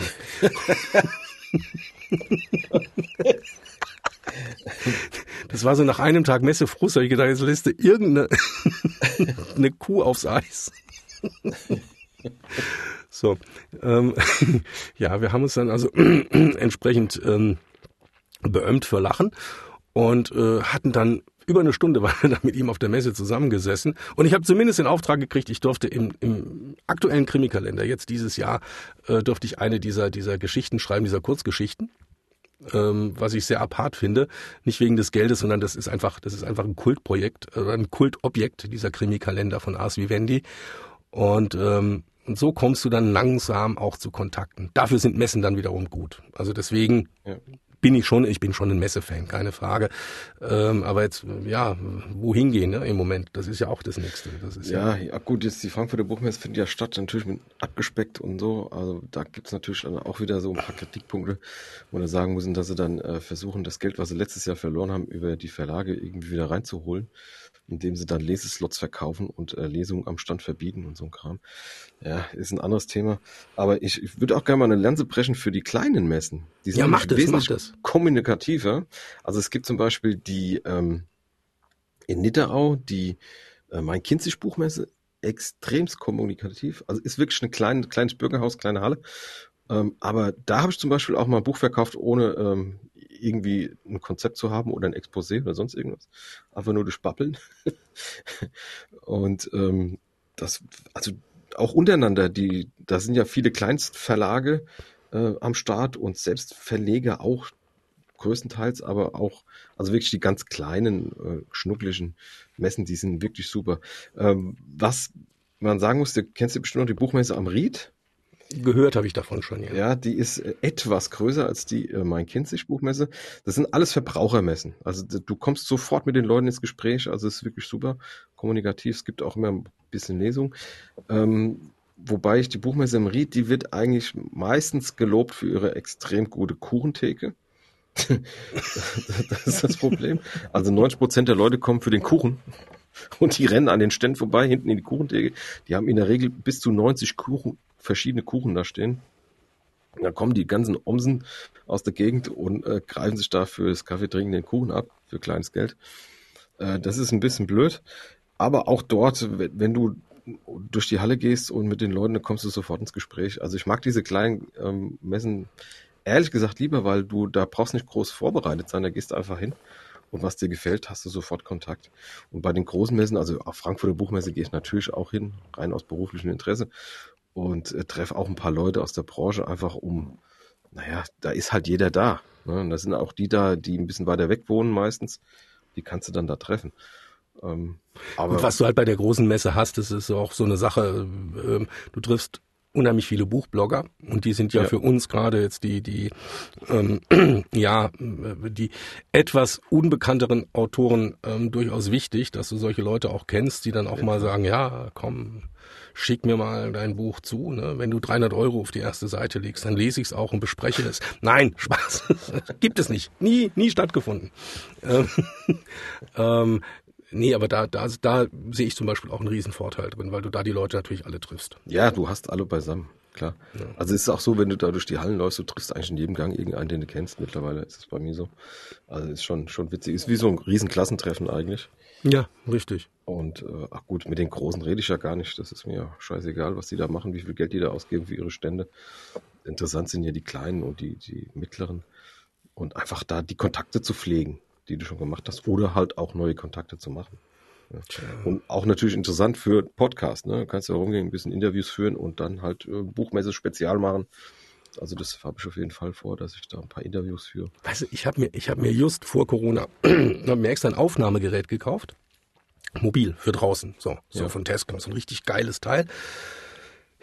Das war so nach einem Tag Messefrust, habe ich gedacht, jetzt lässt du irgendeine eine Kuh aufs Eis. So, ja, wir haben uns dann also entsprechend beömmt für Lachen und hatten dann über eine Stunde waren wir dann mit ihm auf der Messe zusammengesessen. Und ich habe zumindest den Auftrag gekriegt, ich durfte im aktuellen Krimikalender, jetzt dieses Jahr, durfte ich eine dieser Geschichten schreiben, dieser Kurzgeschichten. Was ich sehr apart finde, nicht wegen des Geldes, sondern das ist einfach ein Kultprojekt, ein Kultobjekt, dieser Krimikalender von Ars Vivendi. Und so kommst du dann langsam auch zu Kontakten. Dafür sind Messen dann wiederum gut. Also deswegen bin ich bin schon ein Messefan, keine Frage. Aber jetzt, ja, wohin gehen, ne, im Moment? Das ist ja auch das Nächste. Das ist ja, gut, jetzt die Frankfurter Buchmesse findet ja statt, natürlich mit abgespeckt und so. Also da gibt's natürlich dann auch wieder so ein paar Kritikpunkte, wo wir sagen müssen, dass sie dann versuchen, das Geld, was sie letztes Jahr verloren haben, über die Verlage irgendwie wieder reinzuholen, indem sie dann Leseslots verkaufen und Lesungen am Stand verbieten und so ein Kram. Ja, ist ein anderes Thema. Aber ich würde auch gerne mal eine Lanze brechen für die kleinen Messen. Die sind wesentlich kommunikativer. Also es gibt zum Beispiel die in Nidderau, die Main-Kinzig-Buchmesse, extremst kommunikativ. Also ist wirklich ein kleines Bürgerhaus, kleine Halle. Aber da habe ich zum Beispiel auch mal ein Buch verkauft, ohne irgendwie ein Konzept zu haben oder ein Exposé oder sonst irgendwas. Einfach nur durch Babbeln. Und also auch untereinander, da sind ja viele Kleinstverlage am Start und selbst Verleger auch größtenteils, aber auch, also wirklich die ganz kleinen, schnuckligen Messen, die sind wirklich super. Was man sagen muss, kennst du bestimmt noch die Buchmesse am Ried? Gehört habe ich davon schon, ja. Ja, die ist etwas größer als die Main-Kinzig-Buchmesse. Das sind alles Verbrauchermessen. Also du kommst sofort mit den Leuten ins Gespräch, also es ist wirklich super kommunikativ. Es gibt auch immer ein bisschen Lesung. Wobei die Buchmesse im Ried, die wird eigentlich meistens gelobt für ihre extrem gute Kuchentheke. Das ist das Problem. Also 90% der Leute kommen für den Kuchen und die rennen an den Ständen vorbei, hinten in die Kuchentheke. Die haben in der Regel bis zu 90 verschiedene Kuchen da stehen. Da kommen die ganzen Omsen aus der Gegend und greifen sich da für das Kaffeetrinken den Kuchen ab, für kleines Geld. Das ist ein bisschen blöd. Aber auch dort, wenn du durch die Halle gehst und mit den Leuten, dann kommst du sofort ins Gespräch. Also ich mag diese kleinen Messen ehrlich gesagt lieber, weil du da brauchst nicht groß vorbereitet sein, da gehst du einfach hin und was dir gefällt, hast du sofort Kontakt. Und bei den großen Messen, also auf Frankfurter Buchmesse gehe ich natürlich auch hin, rein aus beruflichem Interesse und treffe auch ein paar Leute aus der Branche einfach da ist halt jeder da. Ne? Und da sind auch die da, die ein bisschen weiter weg wohnen meistens, die kannst du dann da treffen. Aber und was du halt bei der großen Messe hast, das ist auch so eine Sache, du triffst unheimlich viele Buchblogger und die sind ja für uns gerade jetzt die etwas unbekannteren Autoren durchaus wichtig, dass du solche Leute auch kennst, die dann auch mal sagen, ja, komm, schick mir mal dein Buch zu, ne? Wenn du 300 € auf die erste Seite legst, dann lese ich es auch und bespreche es. Nein, Spaß, gibt es nicht, nie stattgefunden. Nee, aber da sehe ich zum Beispiel auch einen riesen Vorteil drin, weil du da die Leute natürlich alle triffst. Ja, du hast alle beisammen, klar. Ja. Also es ist auch so, wenn du da durch die Hallen läufst, du triffst eigentlich in jedem Gang irgendeinen, den du kennst. Mittlerweile ist es bei mir so. Also ist schon witzig. Ist wie so ein riesen Klassentreffen eigentlich. Ja, richtig. Und ach gut, mit den Großen rede ich ja gar nicht. Das ist mir scheißegal, was die da machen, wie viel Geld die da ausgeben für ihre Stände. Interessant sind ja die Kleinen und die Mittleren. Und einfach da die Kontakte zu pflegen, die du schon gemacht hast, oder halt auch neue Kontakte zu machen. Ja. Und auch natürlich interessant für Podcast, ne? Du kannst ja rumgehen, ein bisschen Interviews führen und dann halt Buchmesse Spezial machen. Also das habe ich auf jeden Fall vor, dass ich da ein paar Interviews führe. Weißt du, ich hab mir just vor Corona mir extra ein Aufnahmegerät gekauft. Mobil für draußen. So von Tascam. So ein richtig geiles Teil.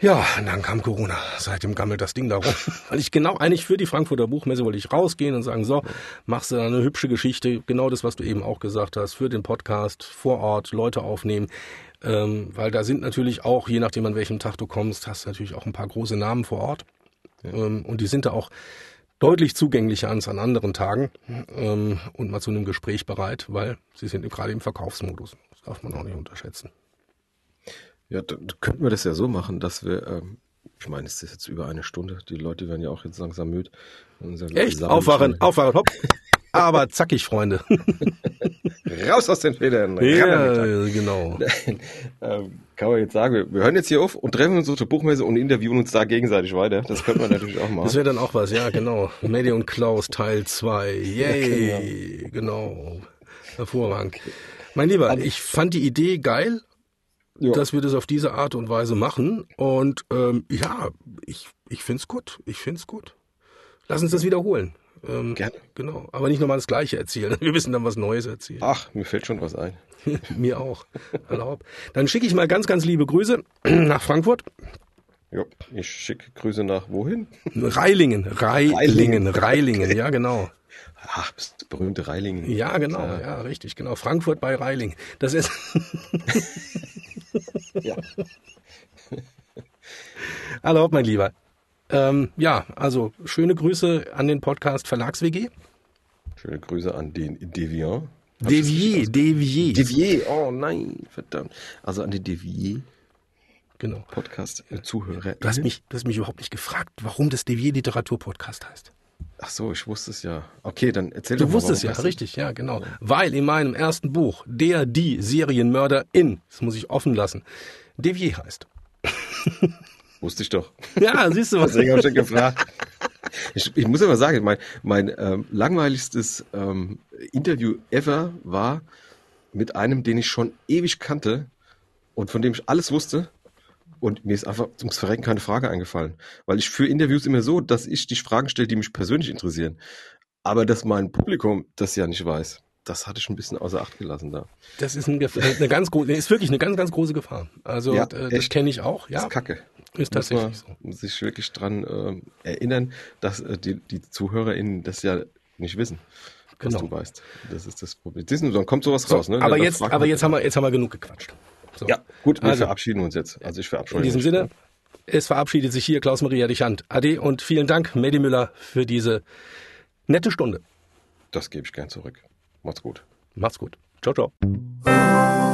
Ja, und dann kam Corona. Seitdem gammelt das Ding da rum. Weil ich genau eigentlich für die Frankfurter Buchmesse wollte ich rausgehen und sagen, so, machst du eine hübsche Geschichte, genau das, was du eben auch gesagt hast, für den Podcast, vor Ort, Leute aufnehmen. Weil da sind natürlich auch, je nachdem an welchem Tag du kommst, hast du natürlich auch ein paar große Namen vor Ort. Ja. Und die sind da auch deutlich zugänglicher als an anderen Tagen und mal zu einem Gespräch bereit, weil sie sind gerade im Verkaufsmodus. Das darf man auch nicht unterschätzen. Ja, dann könnten wir das ja so machen, dass wir, ich meine, es ist jetzt über eine Stunde, die Leute werden ja auch jetzt langsam müde. Echt? Aufwachen, hopp. Aber zackig, Freunde. Raus aus den Federn. Ja, genau. Kann man jetzt sagen, wir hören jetzt hier auf und treffen uns auf der Buchmesse und interviewen uns da gegenseitig weiter. Das könnte man natürlich auch machen. Das wäre dann auch was, ja, genau. Medi und Klaus Teil 2. Yay, genau. Hervorragend. Mein Lieber, ich fand die Idee geil. Ja. Dass wir das auf diese Art und Weise machen. Und ich find's gut. Lass uns das wiederholen. Gerne. Genau. Aber nicht nochmal das Gleiche erzählen. Wir müssen dann was Neues erzählen. Ach, mir fällt schon was ein. Mir auch. Erlaub. Dann schicke ich mal ganz, ganz liebe Grüße nach Frankfurt. Ja, ich schicke Grüße nach wohin? Reilingen, ja genau. Ach, das berühmte Reilingen. Ja, genau, ja, richtig, genau. Frankfurt bei Reiling. Das ist... Ja. Hallo, mein Lieber. Also schöne Grüße an den Podcast Verlags-WG. Schöne Grüße an den Deviant. Devier. Oh nein, verdammt. Also an die Devier. Genau. Podcast-Zuhörer. Du hast mich überhaupt nicht gefragt, warum das Devier Literatur-Podcast heißt. Ach so, ich wusste es ja. Okay, dann erzähl doch mal. Du wusstest ja, richtig, ja, genau. Ja. Weil in meinem ersten Buch die Serienmörderin, das muss ich offen lassen, Devier heißt. Wusste ich doch. Ja, siehst du was. Deswegen habe ich schon gefragt. Ich muss aber sagen, mein langweiligstes Interview ever war mit einem, den ich schon ewig kannte und von dem ich alles wusste. Und mir ist einfach ums Verrecken keine Frage eingefallen. Weil ich führe Interviews immer so, dass ich die Fragen stelle, die mich persönlich interessieren. Aber dass mein Publikum das ja nicht weiß, das hatte ich ein bisschen außer Acht gelassen da. Das ist ist wirklich eine ganz, ganz große Gefahr. Also ja, das kenne ich auch. Ja. Das ist Kacke. Ist tatsächlich so. Muss sich wirklich dran erinnern, dass die ZuhörerInnen das ja nicht wissen, was du weißt. Das ist das Problem. Dann kommt sowas raus. Ne? Aber jetzt haben wir genug gequatscht. So. Ja, gut, wir verabschieden uns jetzt. Also ich verabschiede mich. In diesem Sinne, es verabschiedet sich hier Klaus-Maria Dichand. Ade und vielen Dank, Medi Müller, für diese nette Stunde. Das gebe ich gern zurück. Macht's gut. Macht's gut. Ciao, ciao.